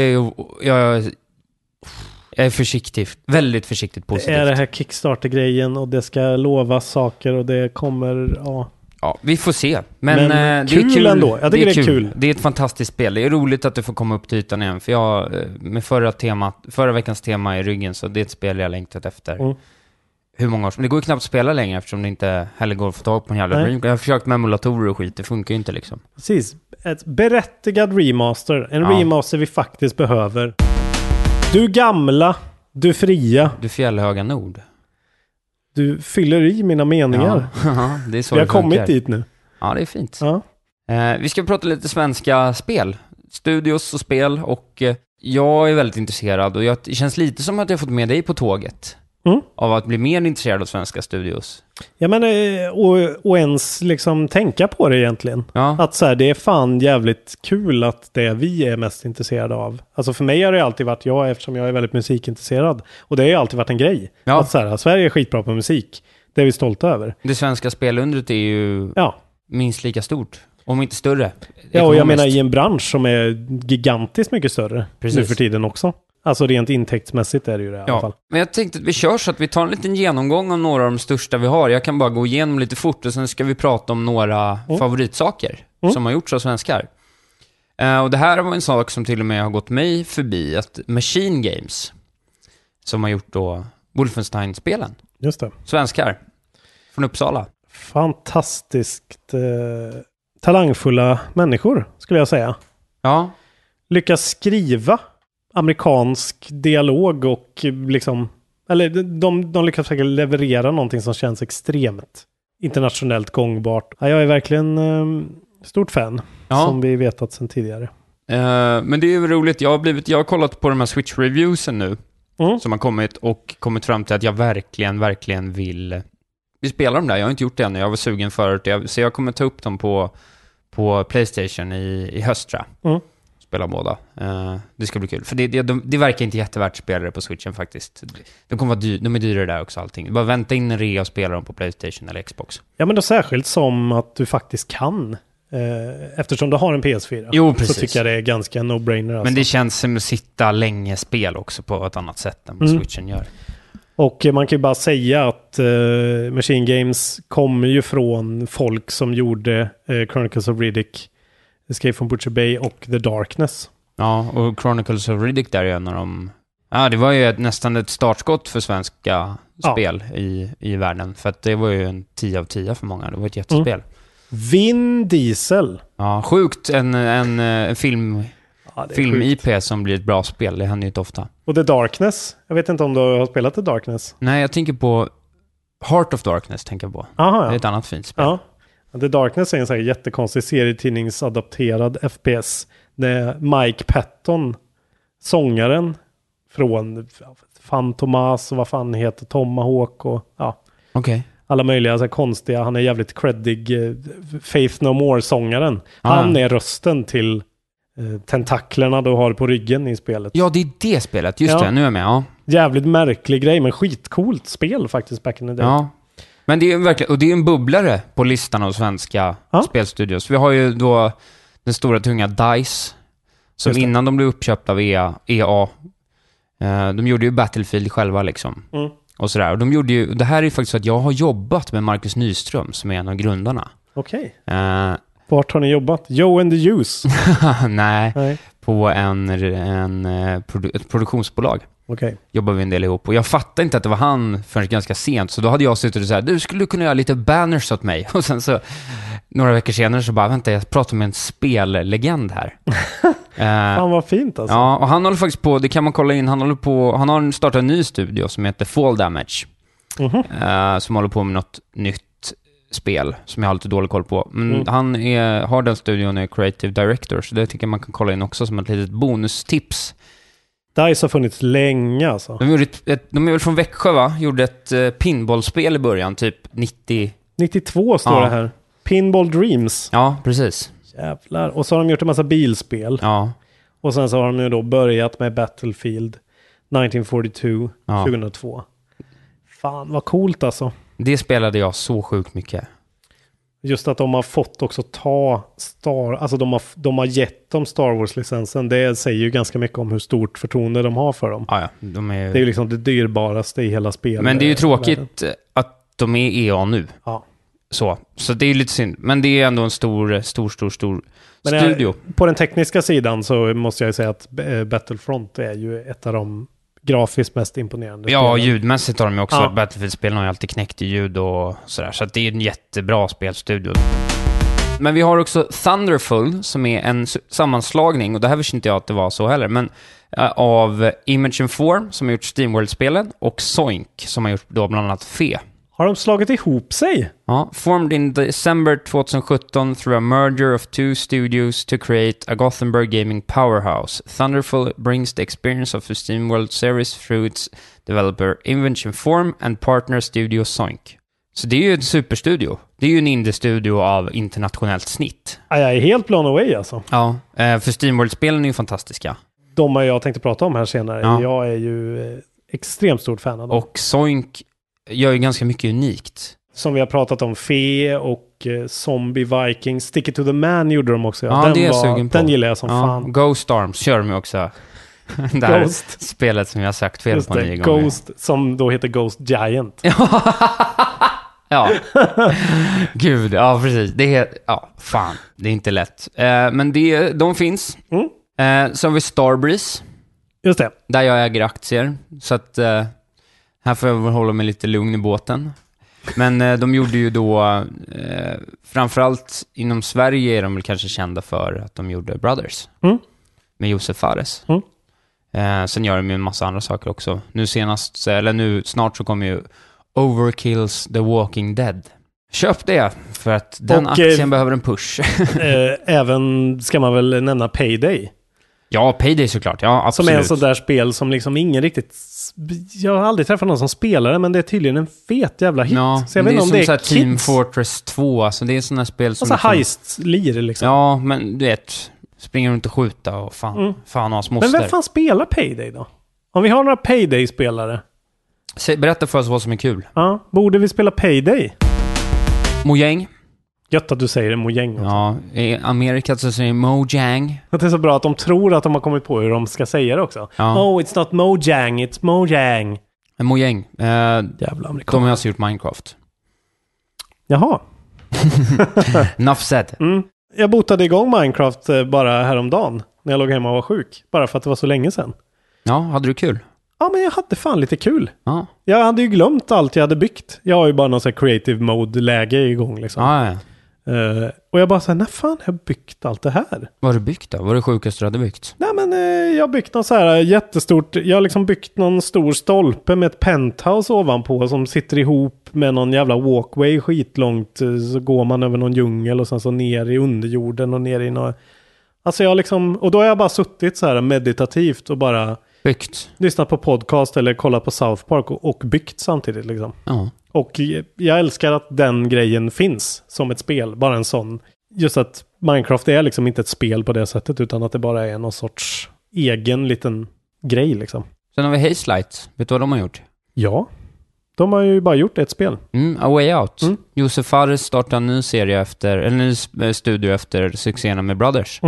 är försiktigt, väldigt försiktigt positivt. Det är det här Kickstarter-grejen och det ska lovas saker och det kommer, Ja, vi får se. Men det är kul ändå. Jag tycker det är kul. Det är ett fantastiskt spel. Det är roligt att du får komma upp till ytan igen. För jag, med förra veckans tema i ryggen, så det är ett spel jag längtat efter. Hur många år? Men det går ju knappt att spela längre eftersom det inte heller går att få tag på en jävla Dream. Jag har försökt med emulatorer och skit. Det funkar ju inte liksom. Precis. Ett berättigad remaster. En remaster vi faktiskt behöver. Du gamla, du fria. Du fjällhöga nord. Du fyller i mina meningar. Ja, det är så vi har kommit dit nu. Ja, det är fint. Ja. Vi ska prata lite svenska spel. Studios och spel. Och jag är väldigt intresserad. Och det känns lite som att jag har fått med dig på tåget. Av att bli mer intresserad av svenska studios. Ja, men och ens liksom tänka på det egentligen. Ja. Att så här, det är fan jävligt kul att det vi är mest intresserade av. Alltså för mig har det alltid varit eftersom jag är väldigt musikintresserad. Och det har alltid varit en grej. Ja. Att så här, Sverige är skitbra på musik. Det är vi stolta över. Det svenska spelundret är ju minst lika stort. Om inte större. Ja, och jag menar i en bransch som är gigantiskt mycket större. Precis. Nu för tiden också. Alltså rent intäktsmässigt är det ju det i alla fall. Men jag tänkte att vi kör så att vi tar en liten genomgång av några av de största vi har. Jag kan bara gå igenom lite fort och sen ska vi prata om några favoritsaker som har gjorts av svenskar. Och det här var en sak som till och med har gått mig förbi. Att Machine Games, som har gjort då Wolfenstein-spelen. Just det. Svenskar. Från Uppsala. Fantastiskt talangfulla människor skulle jag säga. Ja. Lyckas skriva amerikansk dialog och liksom, eller de lyckas säkert leverera någonting som känns extremt internationellt gångbart. Ja, jag är verkligen stort fan som vi vetat sedan tidigare. Men det är ju roligt. Jag har kollat på de här Switch-reviewsen nu som har kommit och kommit fram till att jag verkligen vill spela dem där. Jag har inte gjort det än. Jag var sugen förut. Så jag kommer ta upp dem på PlayStation i höst, tror jag. spela båda. Det ska bli kul. För det verkar inte jättevärt spelare på Switchen faktiskt. De kommer vara de är dyrare där också allting. Bara vänta in en rea och spela dem på PlayStation eller Xbox. Ja, men då särskilt som att du faktiskt kan. Eftersom du har en PS4. Jo, precis. Så tycker jag det är ganska no-brainer. Alltså. Men det känns som att sitta länge spel också på ett annat sätt än vad Switchen gör. Och man kan ju bara säga att Machine Games kommer ju från folk som gjorde Chronicles of Riddick, Escape from Butcher Bay och The Darkness. Ja, och Chronicles of Riddick där är en av dem. Ja, det var ju nästan ett startskott för svenska spel i världen. För att det var ju en 10 av 10 för många. Det var ett jättespel. Vin Diesel. Ja, sjukt. En film-IP som blir ett bra spel. Det händer ju inte ofta. Och The Darkness. Jag vet inte om du har spelat The Darkness. Nej, jag tänker på Heart of Darkness. Tänker jag på. Aha, det är ett annat fint spel. Ja. The Darkness är en sån här jättekonstig serietidningsadapterad FPS. Det är Mike Patton, sångaren från Fantomas och vad fan heter Tomahawk och alla möjliga så här konstiga. Han är jävligt creddig Faith No More-sångaren. Han är rösten till tentaklerna du har på ryggen i spelet. Ja, det är det spelet. Just det, nu är jag med. Ja. Jävligt märklig grej, men skitcoolt spel faktiskt back in the day. Ja. Men det är verkligen, och det är en bubblare på listan av svenska spelstudios. Vi har ju då den stora tunga DICE som innan de blev uppköpta av EA. De gjorde ju Battlefield själva liksom. Och sådär. Och de gjorde ju, det här är ju faktiskt så att jag har jobbat med Marcus Nyström som är en av grundarna. Okej. Vart har ni jobbat? Joe and the Juice? Nej, på ett produktionsbolag. Jobbar vi en del ihop. Och jag fattade inte att det var han förrän ganska sent. Så då hade jag suttit och sagt, du skulle kunna göra lite banners åt mig. Och sen så, några veckor senare så bara, vänta, jag pratar med en spellegend här. Fan vad fint alltså. Ja, och han håller faktiskt på, det kan man kolla in, han har startat en ny studio som heter Fall Damage. Som håller på med något nytt spel som jag har lite dålig koll på. Men han har den studion är Creative Director, så det tycker jag man kan kolla in också som ett litet bonustips. DICE har funnits länge alltså. De är väl från Växjö va? Gjorde ett pinballspel i början, typ 92 står det här. Pinball Dreams. Ja, precis. Jävlar. Och så har de gjort en massa bilspel. Ja. Och sen så har de ju då börjat med Battlefield 1942 2002. Fan, vad coolt alltså. Det spelade jag så sjukt mycket. Just att de har fått också alltså de har gett dem Star Wars-licensen. Det säger ju ganska mycket om hur stort förtroende de har för dem. Ja. Det är ju liksom det dyrbaraste i hela spelet. Men det är ju tråkigt att de är EA nu. Ja. Så det är lite synd. Men det är ändå en stor studio. På den tekniska sidan så måste jag säga att Battlefront är ju ett av de grafiskt mest imponerande. Ja, ljudmässigt har de ju också. Battlefield-spelen har ju alltid knäckt i ljud och sådär. Så att det är en jättebra spelstudio. Men vi har också Thunderful som är en sammanslagning, och det här visste inte jag att det var så heller, men av Image & Form som har gjort SteamWorld-spelen och Zoink som har gjort då bland annat Fe. Har de slagit ihop sig? Ja, formed in December 2017 through a merger of two studios to create a Gothenburg gaming powerhouse. Thunderful brings the experience of the SteamWorld series through its developer Image & Form and partner studio Zoink. Så det är ju en superstudio. Det är ju en indie-studio av internationellt snitt. Ja, jag är helt blown away alltså. Ja, för SteamWorld-spelen är ju fantastiska. De har jag tänkt prata om här senare. Ja. Jag är ju extremt stort fan av dem. Och Zoink gör ju ganska mycket unikt. Som vi har pratat om, Fe och Zombie Vikings. Stick It to the Man gjorde de också. Ja, det är jag sugen på. Den gillar jag som fan. Ghost Arms kör de också. Det här spelet som jag har sagt fel på 9 gånger. Ghost, som då heter Ghost Giant. Ja. Gud, ja precis. Det är, fan, det är inte lätt. Men de finns. Så har vi Starbreeze. Just det. Där jag äger aktier. Så att här får jag väl hålla mig lite lugn i båten. Men de gjorde ju då framförallt inom Sverige är de väl kanske kända för att de gjorde Brothers. Med Josef Fares. Sen gör de ju en massa andra saker också. Nu snart så kommer ju Overkills The Walking Dead. Köp det, för att den aktien behöver en push. Även ska man väl nämna Payday. Ja, Payday såklart. Ja, absolut. Som är en sån där spel som liksom ingen riktigt... Jag har aldrig träffat någon som spelar det, men det är tydligen en fet jävla hit. Ja, så jag vet inte om det är som Team Fortress 2. Alltså det är sådana spel som... Alltså heist-lir liksom. Ja, men du vet... Springa runt och skjuta och fan och hans moster. Men vem fan spelar Payday då? Om vi har några Payday-spelare. Berätta för oss vad som är kul. Ja, borde vi spela Payday? Mojang. Gött att du säger det, Mojang också. Ja, i Amerika så säger Mojang. Det är så bra att de tror att de har kommit på hur de ska säga det också. Ja. Oh, it's not Mojang, it's Mojang. Mojang. Jävla amerikan. De har alltså gjort Minecraft. Jaha. Enough said. Jag botade igång Minecraft bara häromdagen när jag låg hemma och var sjuk. Bara för att det var så länge sedan. Ja, hade du kul? Ja, men jag hade fan lite kul. Ja. Jag hade ju glömt allt jag hade byggt. Jag har ju bara någon sån här creative mode-läge igång liksom. Ja. Och jag bara såhär, när fan har jag byggt allt det här? Vad har du byggt då? Vad är det sjukaste du hade byggt? Nej men jag har byggt någon så här jättestort, jag har liksom byggt någon stor stolpe med ett penthouse ovanpå som sitter ihop med någon jävla walkway skitlångt. Så går man över någon djungel och sen så ner i underjorden och ner i någon... Alltså jag liksom, och då har jag bara suttit så här meditativt och bara byggt. Lyssnat på podcast eller kollat på South Park och byggt samtidigt liksom. Ja. Och jag älskar att den grejen finns som ett spel, bara en sån. Just att Minecraft är liksom inte ett spel på det sättet utan att det bara är någon sorts egen liten grej liksom. Sen har vi Hazelight. Vet du vad de har gjort? Ja. De har ju bara gjort ett spel. A Way Out. Josef Fares startar en ny serie en ny studio efter succéerna med Brothers.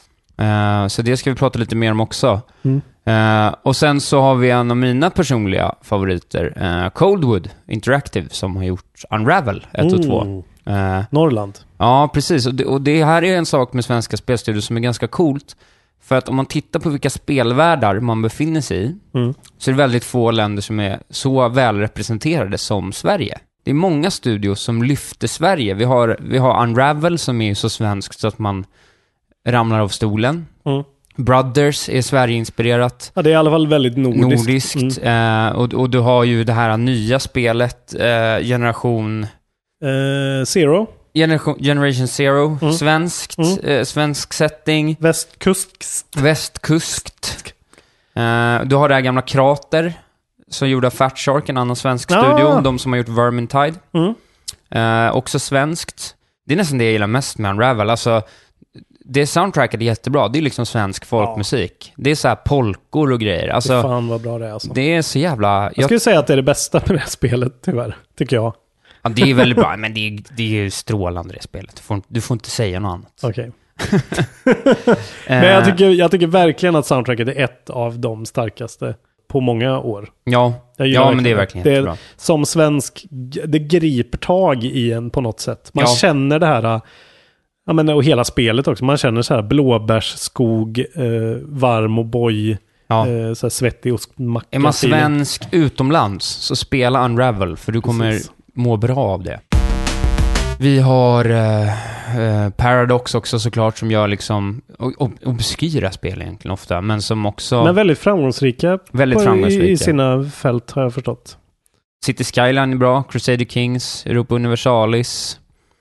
Så det ska vi prata lite mer om också. Och sen så har vi en av mina personliga favoriter, Coldwood Interactive, som har gjort Unravel 1 och 2. Norrland. Ja, precis. Och det här är en sak med svenska spelstudior som är ganska coolt. För att om man tittar på vilka spelvärldar man befinner sig i så är det väldigt få länder som är så välrepresenterade som Sverige. Det är många studios som lyfter Sverige. Vi har Unravel som är så svenskt så att man ramlar av stolen. Brothers är Sverige-inspirerat. Ja, det är i alla fall väldigt nordiskt. Och du har ju det här nya spelet, Generation Zero. Generation Zero, svenskt, svensk setting. Västkust. Du har det här gamla Krater som gjorde Fat Shark, en annan svensk studio. De som har gjort Vermintide. Också svenskt. Det är nästan det jag gillar mest med Unravel. Alltså, det soundtracket är jättebra. Det är liksom svensk folkmusik. Det är så här polkor och grejer. Alltså, fan vad bra det är alltså. Det är så jävla... Jag skulle säga att det är det bästa med det här spelet, tyvärr. Tycker jag. Ja, det är väldigt bra. Men det är ju strålande det spelet. Du får inte säga något annat. Okej. Men jag tycker verkligen att soundtracket är ett av de starkaste på många år. Ja, men det är verkligen jättebra. Det är, som svensk, det griper tag i en på något sätt. Man känner det här... Ja, men och hela spelet också. Man känner så här blåbärsskog, varm och boj, så här svettig ostmacka. Är man svensk utomlands så spela Unravel, för du kommer må bra av det. Vi har Paradox också såklart, som gör liksom obskyra spel egentligen ofta, men som också... Men väldigt framgångsrika. I sina fält har jag förstått. City Skyline är bra, Crusader Kings, Europa Universalis...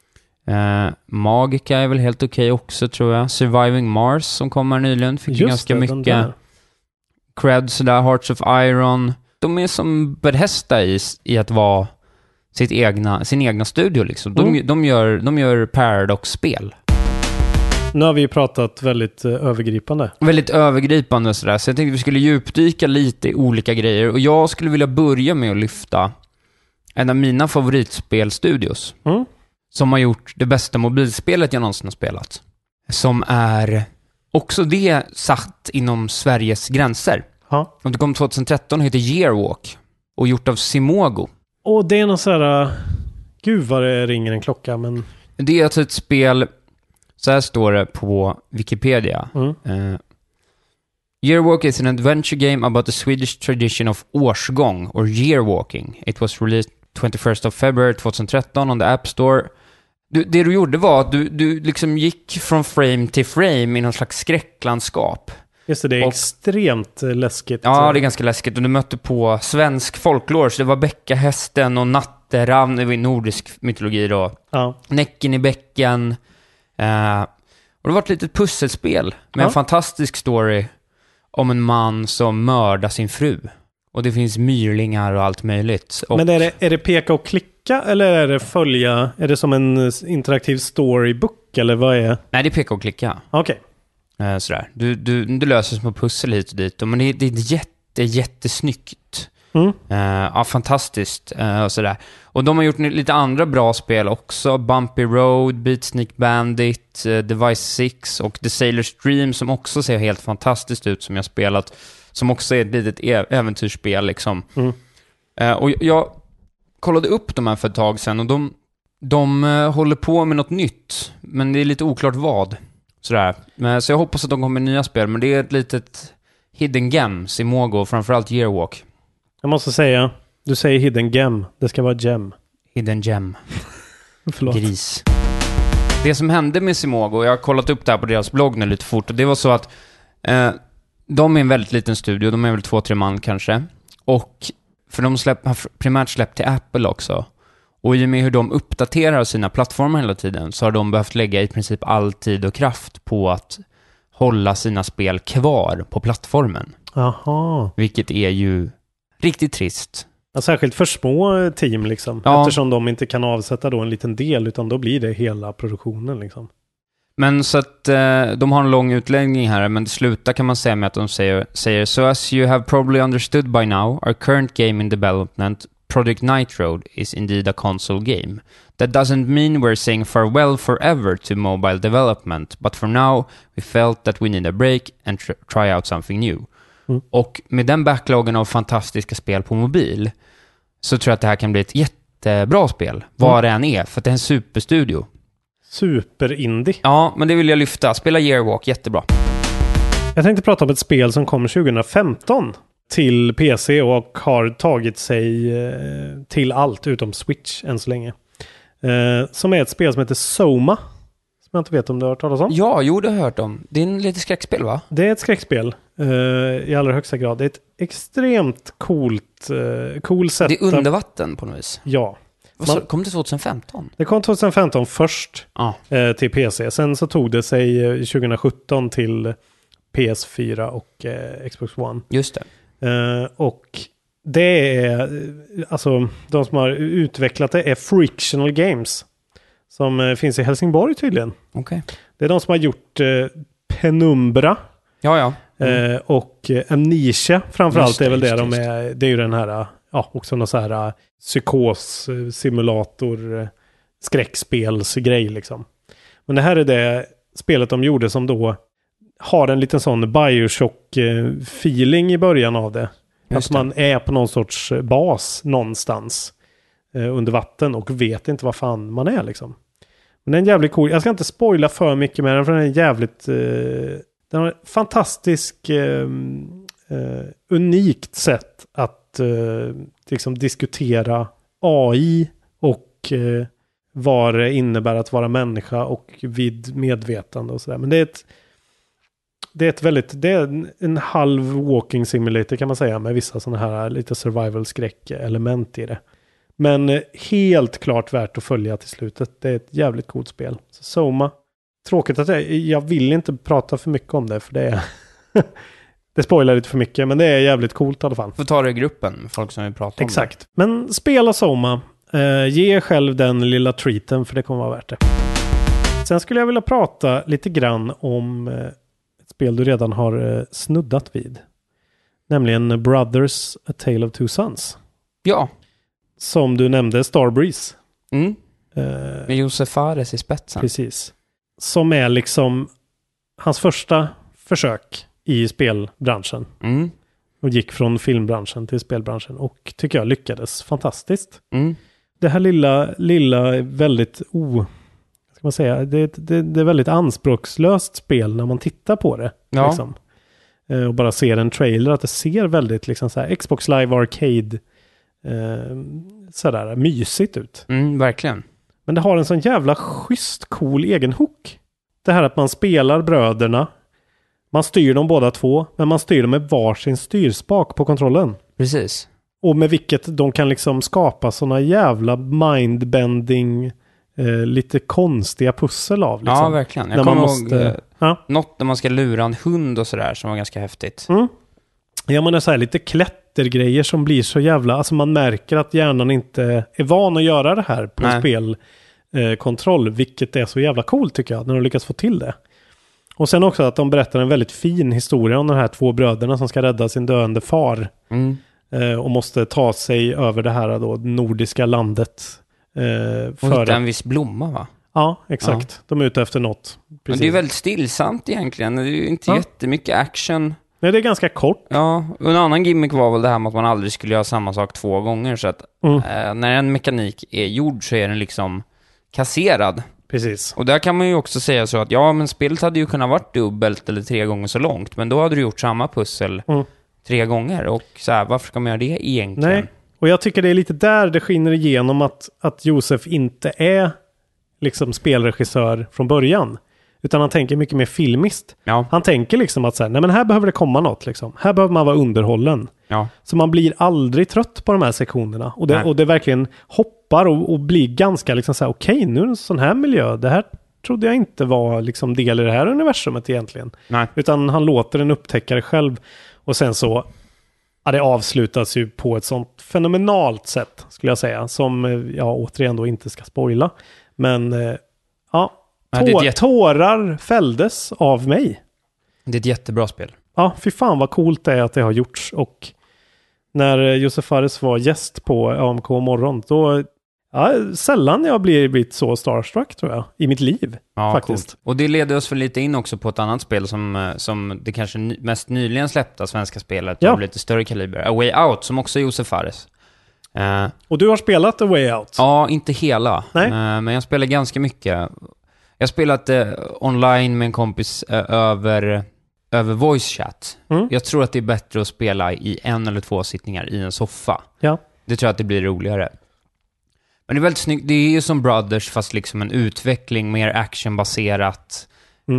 Magica är väl helt okej också, tror jag. Surviving Mars som kommer nyligen fick ju ganska mycket cred sådär. Hearts of Iron, de är som Bethesda i att vara sin egna studio liksom. De gör Paradox-spel. Nu har vi ju pratat väldigt övergripande. Väldigt övergripande sådär. Så jag tänkte vi skulle djupdyka lite i olika grejer. Och jag skulle vilja börja med att lyfta en av mina favoritspelstudios. Som har gjort det bästa mobilspelet jag någonsin har spelat. Som är också det satt inom Sveriges gränser. Och det kom 2013 och heter Yearwalk. Och gjort av Simogo. Och det är någon så här... Gud vad det ringer en klocka, men... Det är alltså ett spel... Så här står det på Wikipedia. Yearwalk is an adventure game about the Swedish tradition of årsgång, or yearwalking. It was released 21st of February 2013 on the App Store. Det du gjorde var att du liksom gick från frame till frame i någon slags skräcklandskap. Just det, det är extremt läskigt. Ja, det är ganska läskigt. Och du mötte på svensk folklore. Så det var bäckahästen och natteravn. Det var i nordisk mytologi då. Näcken i bäcken. Och det var ett litet pusselspel med en fantastisk story om en man som mördar sin fru. Och det finns myrlingar och allt möjligt. Och... Men är det peka och klicka eller är det följa? Är det som en interaktiv storybook eller vad är? Nej, det är peka och klicka. Okej. Sådär. Du löser små pussel hit och dit. Men det är jättesnyggt. Ja, fantastiskt. Och sådär. Och de har gjort lite andra bra spel också. Bumpy Road, Beatsneak Bandit, Device 6 och The Sailor's Dream, som också ser helt fantastiskt ut, som jag spelat. Som också är ett litet äventyrsspel liksom. Och jag kollade upp de här för ett tag sedan, och de håller på med något nytt, men det är lite oklart vad. Sådär. Så jag hoppas att de kommer med nya spel, men det är ett litet hidden gems i Mogo, framförallt Yearwalk. Jag måste säga, du säger hidden gem, det ska vara gem. Hidden gem. Förlåt. Gris. Det som hände med Simogo, jag har kollat upp det här på deras blogg nu lite fort, och det var så att de är en väldigt liten studio, de är väl 2-3 man kanske, och för de har primärt släppt till Apple också, och i och med hur de uppdaterar sina plattformar hela tiden så har de behövt lägga i princip all tid och kraft på att hålla sina spel kvar på plattformen. Aha. Vilket är ju riktigt trist. Ja, särskilt för små team liksom. Ja. Eftersom de inte kan avsätta då en liten del, utan då blir det hela produktionen liksom. Men så att de har en lång utläggning här, men det slutar kan man säga med att de säger So as you have probably understood by now, our current game in development, Project Nitro, is indeed a console game. That doesn't mean we're saying farewell forever to mobile development, but for now we felt that we need a break and try out something new. Och med den backloggen av fantastiska spel på mobil så tror jag att det här kan bli ett jättebra spel, vad det än är, för att det är en superstudio. Super-indie. Ja, men det vill jag lyfta. Spela Yearwalk, jättebra. Jag tänkte prata om ett spel som kom 2015 till PC och har tagit sig till allt utom Switch än så länge. Som är ett spel som heter Soma. Som jag inte vet om du har hört talas om. Ja, jo, det har hört om. Det är en lite skräckspel, va? Det är ett skräckspel i allra högsta grad. Det är ett extremt cool sätt. Det är under vatten på något vis. Ja. Kom det 2015? Det kom 2015 först till PC. Sen så tog det sig 2017 till PS4 och Xbox One. Just det. Och det är, alltså de som har utvecklat det är Frictional Games. Som finns i Helsingborg tydligen. Okay. Det är de som har gjort Penumbra. Ja. Och Amnesia framförallt är väl det de är. Det är ju den här, också någon så här psykos, simulator, skräckspelsgrej liksom. Men det här är det spelet de gjorde som då har en liten sån Bioshock-feeling i början av det. Att man är på någon sorts bas någonstans under vatten och vet inte vad fan man är liksom. Men den är jävligt cool. Jag ska inte spoila för mycket med den, för den är jävligt den har ett fantastiskt unikt sätt att liksom diskutera AI och vad det innebär att vara människa och vid medvetande och sådär. Men det är en halv walking simulator kan man säga, med vissa sådana här lite survival-skräck-element i det. Men helt klart värt att följa till slutet. Det är ett jävligt coolt spel. Så Soma. Tråkigt att jag vill inte prata för mycket om det, för det är det spoilar lite för mycket, men det är jävligt coolt i alla fall. Får ta det i gruppen, folk som vill prata om Exakt. Det. Men spela Soma. Ge själv den lilla treaten, för det kommer vara värt det. Sen skulle jag vilja prata lite grann om ett spel du redan har snuddat vid. Nämligen Brothers: A Tale of Two Sons. Ja. Som du nämnde, Starbreeze. Med Josef Fares i spetsen. Precis. Som är liksom hans första försök i spelbranschen. Och gick från filmbranschen till spelbranschen. Och tycker jag lyckades fantastiskt. Det här lilla väldigt ska man säga, det är väldigt anspråkslöst spel när man tittar på det. Ja. Liksom. Och bara ser en trailer, att det ser väldigt liksom så här Xbox Live Arcade sådär mysigt ut. Verkligen. Men det har en sån jävla schysst cool egen hook. Det här att man spelar bröderna. Man styr dem båda två, men man styr dem med varsin styrspak på kontrollen. Precis. Och med vilket de kan liksom skapa såna jävla mindbending lite konstiga pussel av. Liksom. Ja, verkligen. Jag kommer ihåg något när man ska lura en hund och sådär som var ganska häftigt. Ja, men det är så här lite klättergrejer som blir så jävla... Alltså man märker att hjärnan inte är van att göra det här på spelkontroll, vilket är så jävla coolt tycker jag, när de lyckas få till det. Och sen också att de berättar en väldigt fin historia om de här 2 bröderna som ska rädda sin döende far. Och måste ta sig över det här då, nordiska landet. Och hitta en viss blomma, va? Ja, exakt. Ja. De är ute efter något. Precis. Men det är väldigt stillsamt egentligen. Det är ju inte jättemycket action. Nej, det är ganska kort. Ja, och en annan gimmick var väl det här med att man aldrig skulle göra samma sak 2 gånger. Så att när en mekanik är gjord så är den liksom kasserad. Precis. Och där kan man ju också säga så att men spelet hade ju kunnat varit dubbelt eller 3 gånger så långt. Men då hade du gjort samma pussel 3 gånger. Och så här, varför ska man göra det egentligen? Nej, och jag tycker det är lite där det skiner igenom att Josef inte är liksom spelregissör från början. Utan han tänker mycket mer filmiskt. Ja. Han tänker liksom att så här, nej men här behöver det komma något liksom. Här behöver man vara underhållen. Ja. Så man blir aldrig trött på de här sektionerna. Och det verkligen hoppar och blir ganska liksom så här, okej, nu är det en sån här miljö. Det här trodde jag inte var liksom del i det här universumet egentligen. Nej. Utan han låter den upptäcka det själv. Och sen så, det avslutas ju på ett sånt fenomenalt sätt, skulle jag säga. Som jag återigen då inte ska spoila. Men tårar fälldes av mig. Det är ett jättebra spel. Ja, fy fan vad coolt det är att det har gjorts. Och när Josef Fares var gäst på AMK morgon, då sällan jag blivit så starstruck, tror jag, i mitt liv. Ja, faktiskt. Coolt. Och det leder oss väl lite in också på ett annat spel som det kanske mest nyligen släppta svenska spelet av lite större kaliber. A Way Out, som också är Josef Fares. Och du har spelat A Way Out? Ja, inte hela. Nej. Men jag spelar ganska mycket. Jag har spelat online med en kompis över voice chat. Jag tror att det är bättre att spela i 1 eller 2 sittningar i en soffa. Ja. Det tror jag att det blir roligare. Men det är väldigt snyggt. Det är ju som Brothers, fast liksom en utveckling, mer actionbaserat.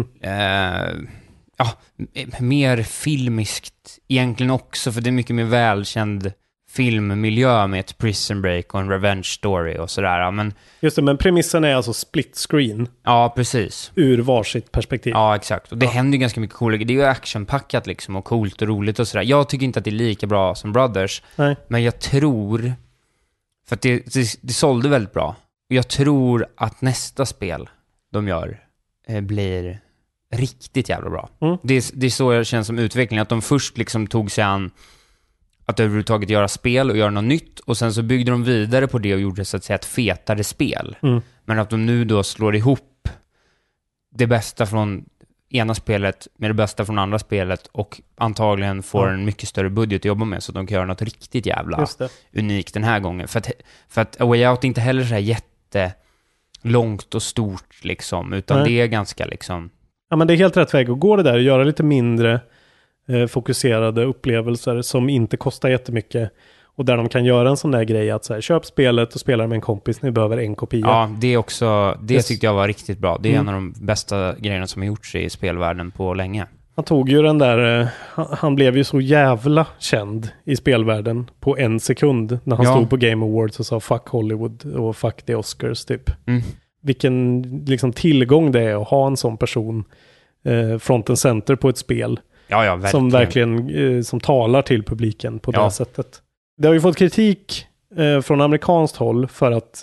Mer filmiskt egentligen också, för det är mycket mer välkänd filmmiljö med ett prison break och en revenge story och sådär. Men just det, men premissen är alltså split screen. Ja, precis. Ur varsitt perspektiv. Ja, exakt. Och det händer ju ganska mycket coolt. Det är ju actionpackat liksom, och coolt och roligt och sådär. Jag tycker inte att det är lika bra som Brothers. Nej. Men jag tror, för att det sålde väldigt bra. Och jag tror att nästa spel de gör blir riktigt jävla bra. Det är så jag känner som utveckling. Att de först liksom tog sig an att överhuvudtaget göra spel och göra något nytt. Och sen så byggde de vidare på det och gjorde så att säga ett fetare spel. Men att de nu då slår ihop det bästa från ena spelet med det bästa från andra spelet. Och antagligen får en mycket större budget att jobba med. Så att de kan göra något riktigt jävla unikt den här gången. För att A Way Out är inte heller så här jättelångt och stort liksom. Utan det är ganska liksom... Ja, men det är helt rätt väg att gå det där och göra lite mindre fokuserade upplevelser som inte kostar jättemycket, och där de kan göra en sån där grej att så här, köp spelet och spela med en kompis, ni behöver en kopia. Ja, det är också, det tyckte jag var riktigt bra. Det är en av de bästa grejerna som har gjorts i spelvärlden på länge. Han tog ju den där, han blev ju så jävla känd i spelvärlden på 1 sekund när han stod på Game Awards och sa fuck Hollywood och fuck the Oscars typ. Vilken liksom tillgång det är att ha en sån person front and center på ett spel. Ja, verkligen. Som verkligen som talar till publiken på det sättet. Det har ju fått kritik från amerikanskt håll för att,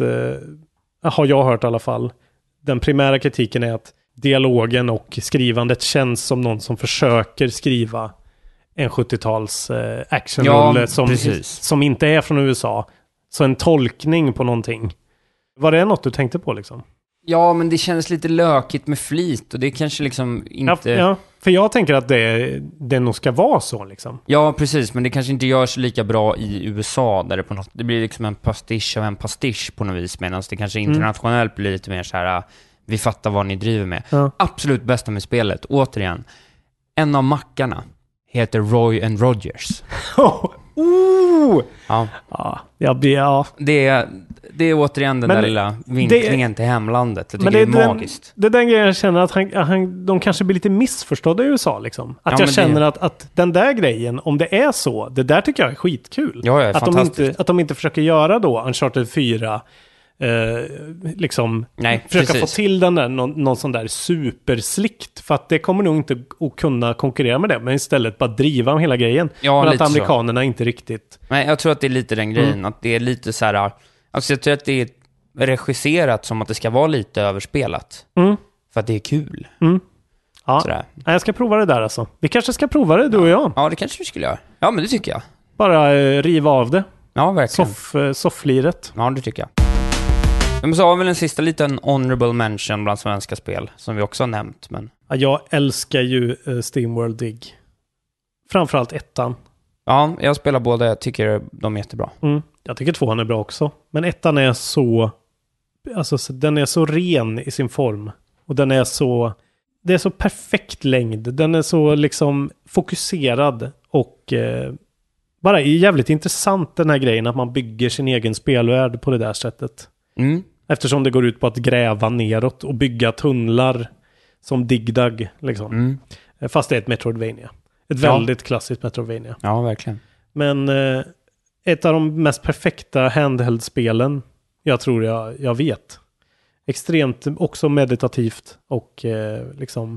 har jag hört i alla fall, den primära kritiken är att dialogen och skrivandet känns som någon som försöker skriva en 70-tals actionrulle som inte är från USA. Så en tolkning på någonting. Var det något du tänkte på liksom? Ja, men det känns lite lökigt med flit och det kanske liksom inte... Ja, för jag tänker att det nog ska vara så liksom. Ja, precis, men det kanske inte görs lika bra i USA där det blir liksom en pastisch av en pastisch på något vis, medan det kanske internationellt blir lite mer så här, vi fattar vad ni driver med. Ja. Absolut bästa med spelet, återigen, en av mackarna heter Roy and Rogers. Det är återigen den där lilla vinklingen till hemlandet. Jag tycker det är magiskt. Det är den grejen jag känner att de kanske blir lite missförstådda i USA liksom. Att jag känner att den där grejen, om det är så, det där tycker jag är skitkul. Ja, fantastiskt. Att de inte försöker göra då Uncharted 4 liksom försöka få till den där någon sån där superslikt, för att det kommer nog inte att kunna konkurrera med det, men istället bara driva hela grejen. Men att amerikanerna inte riktigt... Nej, jag tror att det är lite den grejen, att det är lite så här, alltså jag tror att det är regisserat som att det ska vara lite överspelat. För att det är kul. Ja, Sådär. Jag ska prova det där alltså. Vi kanske ska prova det, du och jag. Ja, det kanske vi skulle göra. Ja, men det tycker jag. Bara riva av det. Ja, verkligen. Soffliret. Ja, det tycker jag. Men så har vi väl en sista liten honorable mention bland svenska spel som vi också har nämnt. Men... Ja, jag älskar ju SteamWorld Dig. Framförallt 1:an. Ja, jag spelar båda. Jag tycker de är jättebra. Jag tycker 2:an är bra också. Men 1:an är så... Alltså, den är så ren i sin form. Och den är så... Det är så perfekt längd. Den är så liksom fokuserad. Och bara är jävligt intressant den här grejen att man bygger sin egen spelvärld på det där sättet. Eftersom det går ut på att gräva neråt och bygga tunnlar som Dig Dug liksom. Fast det är ett Metroidvania. Ett väldigt klassiskt Metroidvania. Ja, verkligen. Men ett av de mest perfekta handheld-spelen jag tror jag vet. Extremt också meditativt och liksom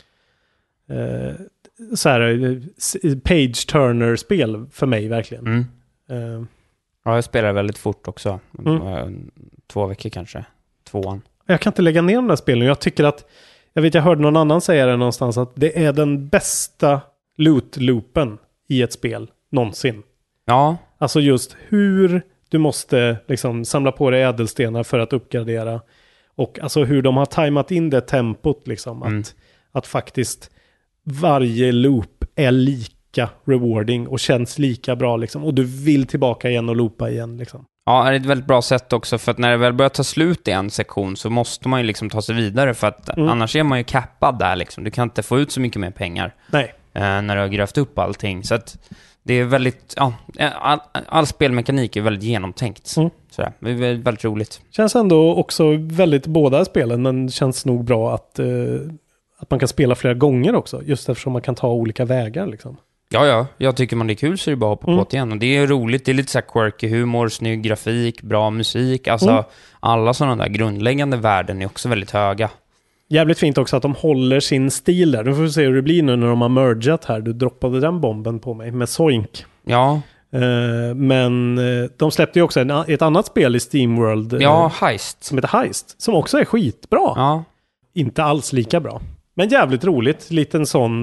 så här page-turner-spel för mig verkligen. Ja, jag spelar väldigt fort också. 2 veckor kanske. 2:an. Jag kan inte lägga ner de där spelen. Jag tycker att jag hörde någon annan säga det någonstans att det är den bästa loot-loopen i ett spel någonsin. Ja. Alltså just hur du måste liksom samla på dig ädelstenar för att uppgradera. Och alltså hur de har tajmat in det tempot liksom. Att faktiskt varje loop är lika rewarding och känns lika bra liksom. Och du vill tillbaka igen och loopa igen liksom. Ja, det är ett väldigt bra sätt också för att när det väl börjar ta slut i en sektion så måste man ju liksom ta sig vidare för att annars är man ju cappad där liksom. Du kan inte få ut så mycket mer pengar. Nej. När du har grävt upp allting. Så att det är väldigt, all spelmekanik är väldigt genomtänkt. Sådär. Det är väldigt roligt. Känns ändå också väldigt båda spelen, men känns nog bra att man kan spela flera gånger också. Just eftersom man kan ta olika vägar liksom. Ja, jag tycker man det är kul så är det bara att hoppa på det igen. Och det är roligt, det är lite så här quirky humor, snygg grafik, bra musik. Alltså alla sådana där grundläggande värden är också väldigt höga. Jävligt fint också att de håller sin stil där. Nu får vi se hur det blir nu när de har mergat här. Du droppade den bomben på mig med Zoink. Ja. Men de släppte ju också ett annat spel i SteamWorld. Ja, Heist. Som heter Heist. Som också är skitbra. Ja. Inte alls lika bra. Men jävligt roligt. Liten sån...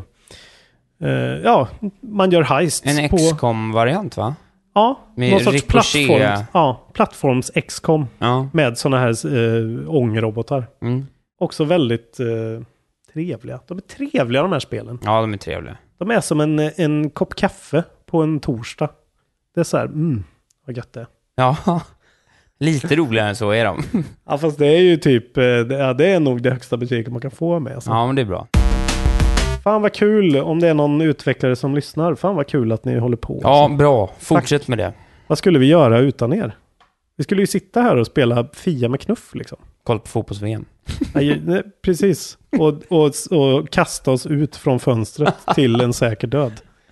man gör heist. En XCOM-variant va? Ja, med någon sorts plattforms XCOM. Ja. Med såna här ångrobotar. Också väldigt trevliga. De är trevliga de här spelen. Ja, de är trevliga. De är som en kopp kaffe på en torsdag. Det är så här, vad gött det är. Ja, lite roligare än så är de. Ja, fast det är ju typ, det är nog det högsta betyget man kan få med. Alltså. Ja, men det är bra. Fan vad kul om det är någon utvecklare som lyssnar. Fan vad kul att ni håller på. Ja, alltså. Bra. Fortsätt Tack. Med det. Vad skulle vi göra utan er? Vi skulle ju sitta här och spela Fia med knuff liksom. Kolla på fotbolls-VM. Nej, precis. Och kasta oss ut från fönstret till en säker död.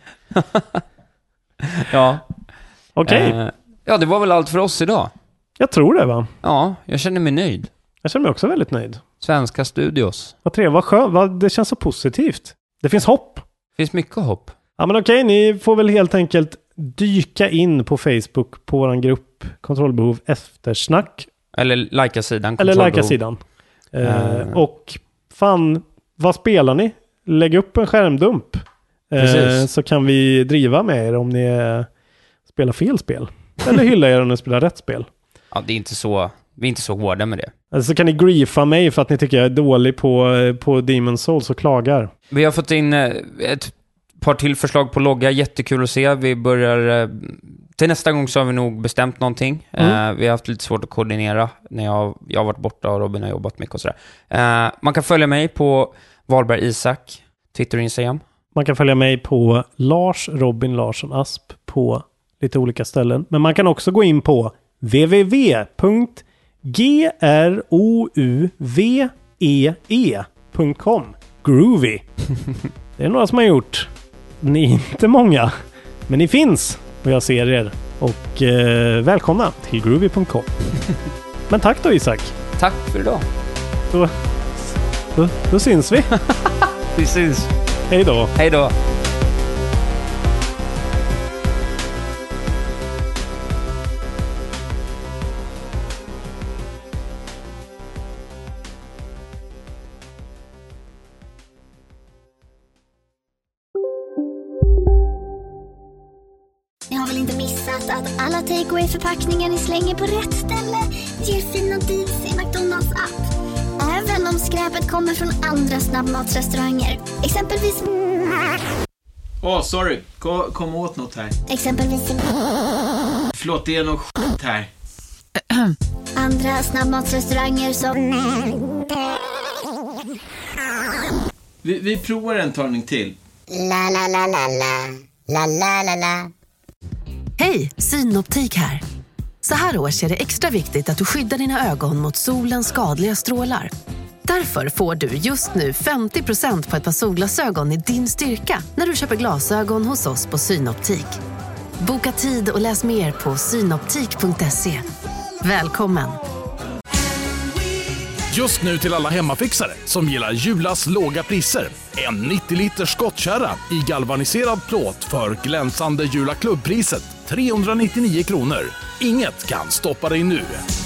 Ja. Okej. Ja, det var väl allt för oss idag. Jag tror det va? Ja, jag känner mig nöjd. Jag känner mig också väldigt nöjd. Svenska studios. Vad trevligt, vad skönt. Det känns så positivt. Det finns hopp. Det finns mycket hopp. Ja men okej, ni får väl helt enkelt dyka in på Facebook på vår grupp Kontrollbehov eftersnack. Eller likea sidan. Eller likea sidan. Och fan, vad spelar ni? Lägg upp en skärmdump. Så kan vi driva med er om ni spelar fel spel. Eller hylla er om ni spelar rätt spel. Ja, det är inte så... Vi är inte så hårda med det. Alltså kan ni griefa mig för att ni tycker jag är dålig på Demon's Souls och klagar. Vi har fått in ett par till förslag på logga. Jättekul att se. Vi börjar... till nästa gång så har vi nog bestämt någonting. Vi har haft lite svårt att koordinera när jag har varit borta och Robin har jobbat mycket och sådär. Man kan följa mig på Wahlberg Isak, Twitter och Instagram. Man kan följa mig på Lars Robin Larsson Asp på lite olika ställen. Men man kan också gå in på www.grouvee.com. Groovy. Det är några som har gjort. Ni är inte många, men ni finns och jag ser er. Och välkomna till groovy.com. Men tack då Isak. Tack för idag. Då syns vi. Vi syns. Hej då. Hej då. vet att alla takeaway-förpackningar ni slänger på rätt ställe ger fina deals i McDonalds app. Även om skräpet kommer från andra snabbmatsrestauranger. Exempelvis... sorry. Kom åt något här. Exempelvis... Förlåt, det är något skit här. Andra snabbmatsrestauranger som... Vi provar en talning till. La la la la la. La la la la. Hej, Synoptik här. Så här års är det extra viktigt att du skyddar dina ögon mot solens skadliga strålar. Därför får du just nu 50% på ett par solglasögon i din styrka när du köper glasögon hos oss på Synoptik. Boka tid och läs mer på synoptik.se. Välkommen! Just nu till alla hemmafixare som gillar Julas låga priser. En 90 liters skottkärra i galvaniserad plåt för glänsande Jula klubbpriset 399 kronor. Inget kan stoppa dig nu.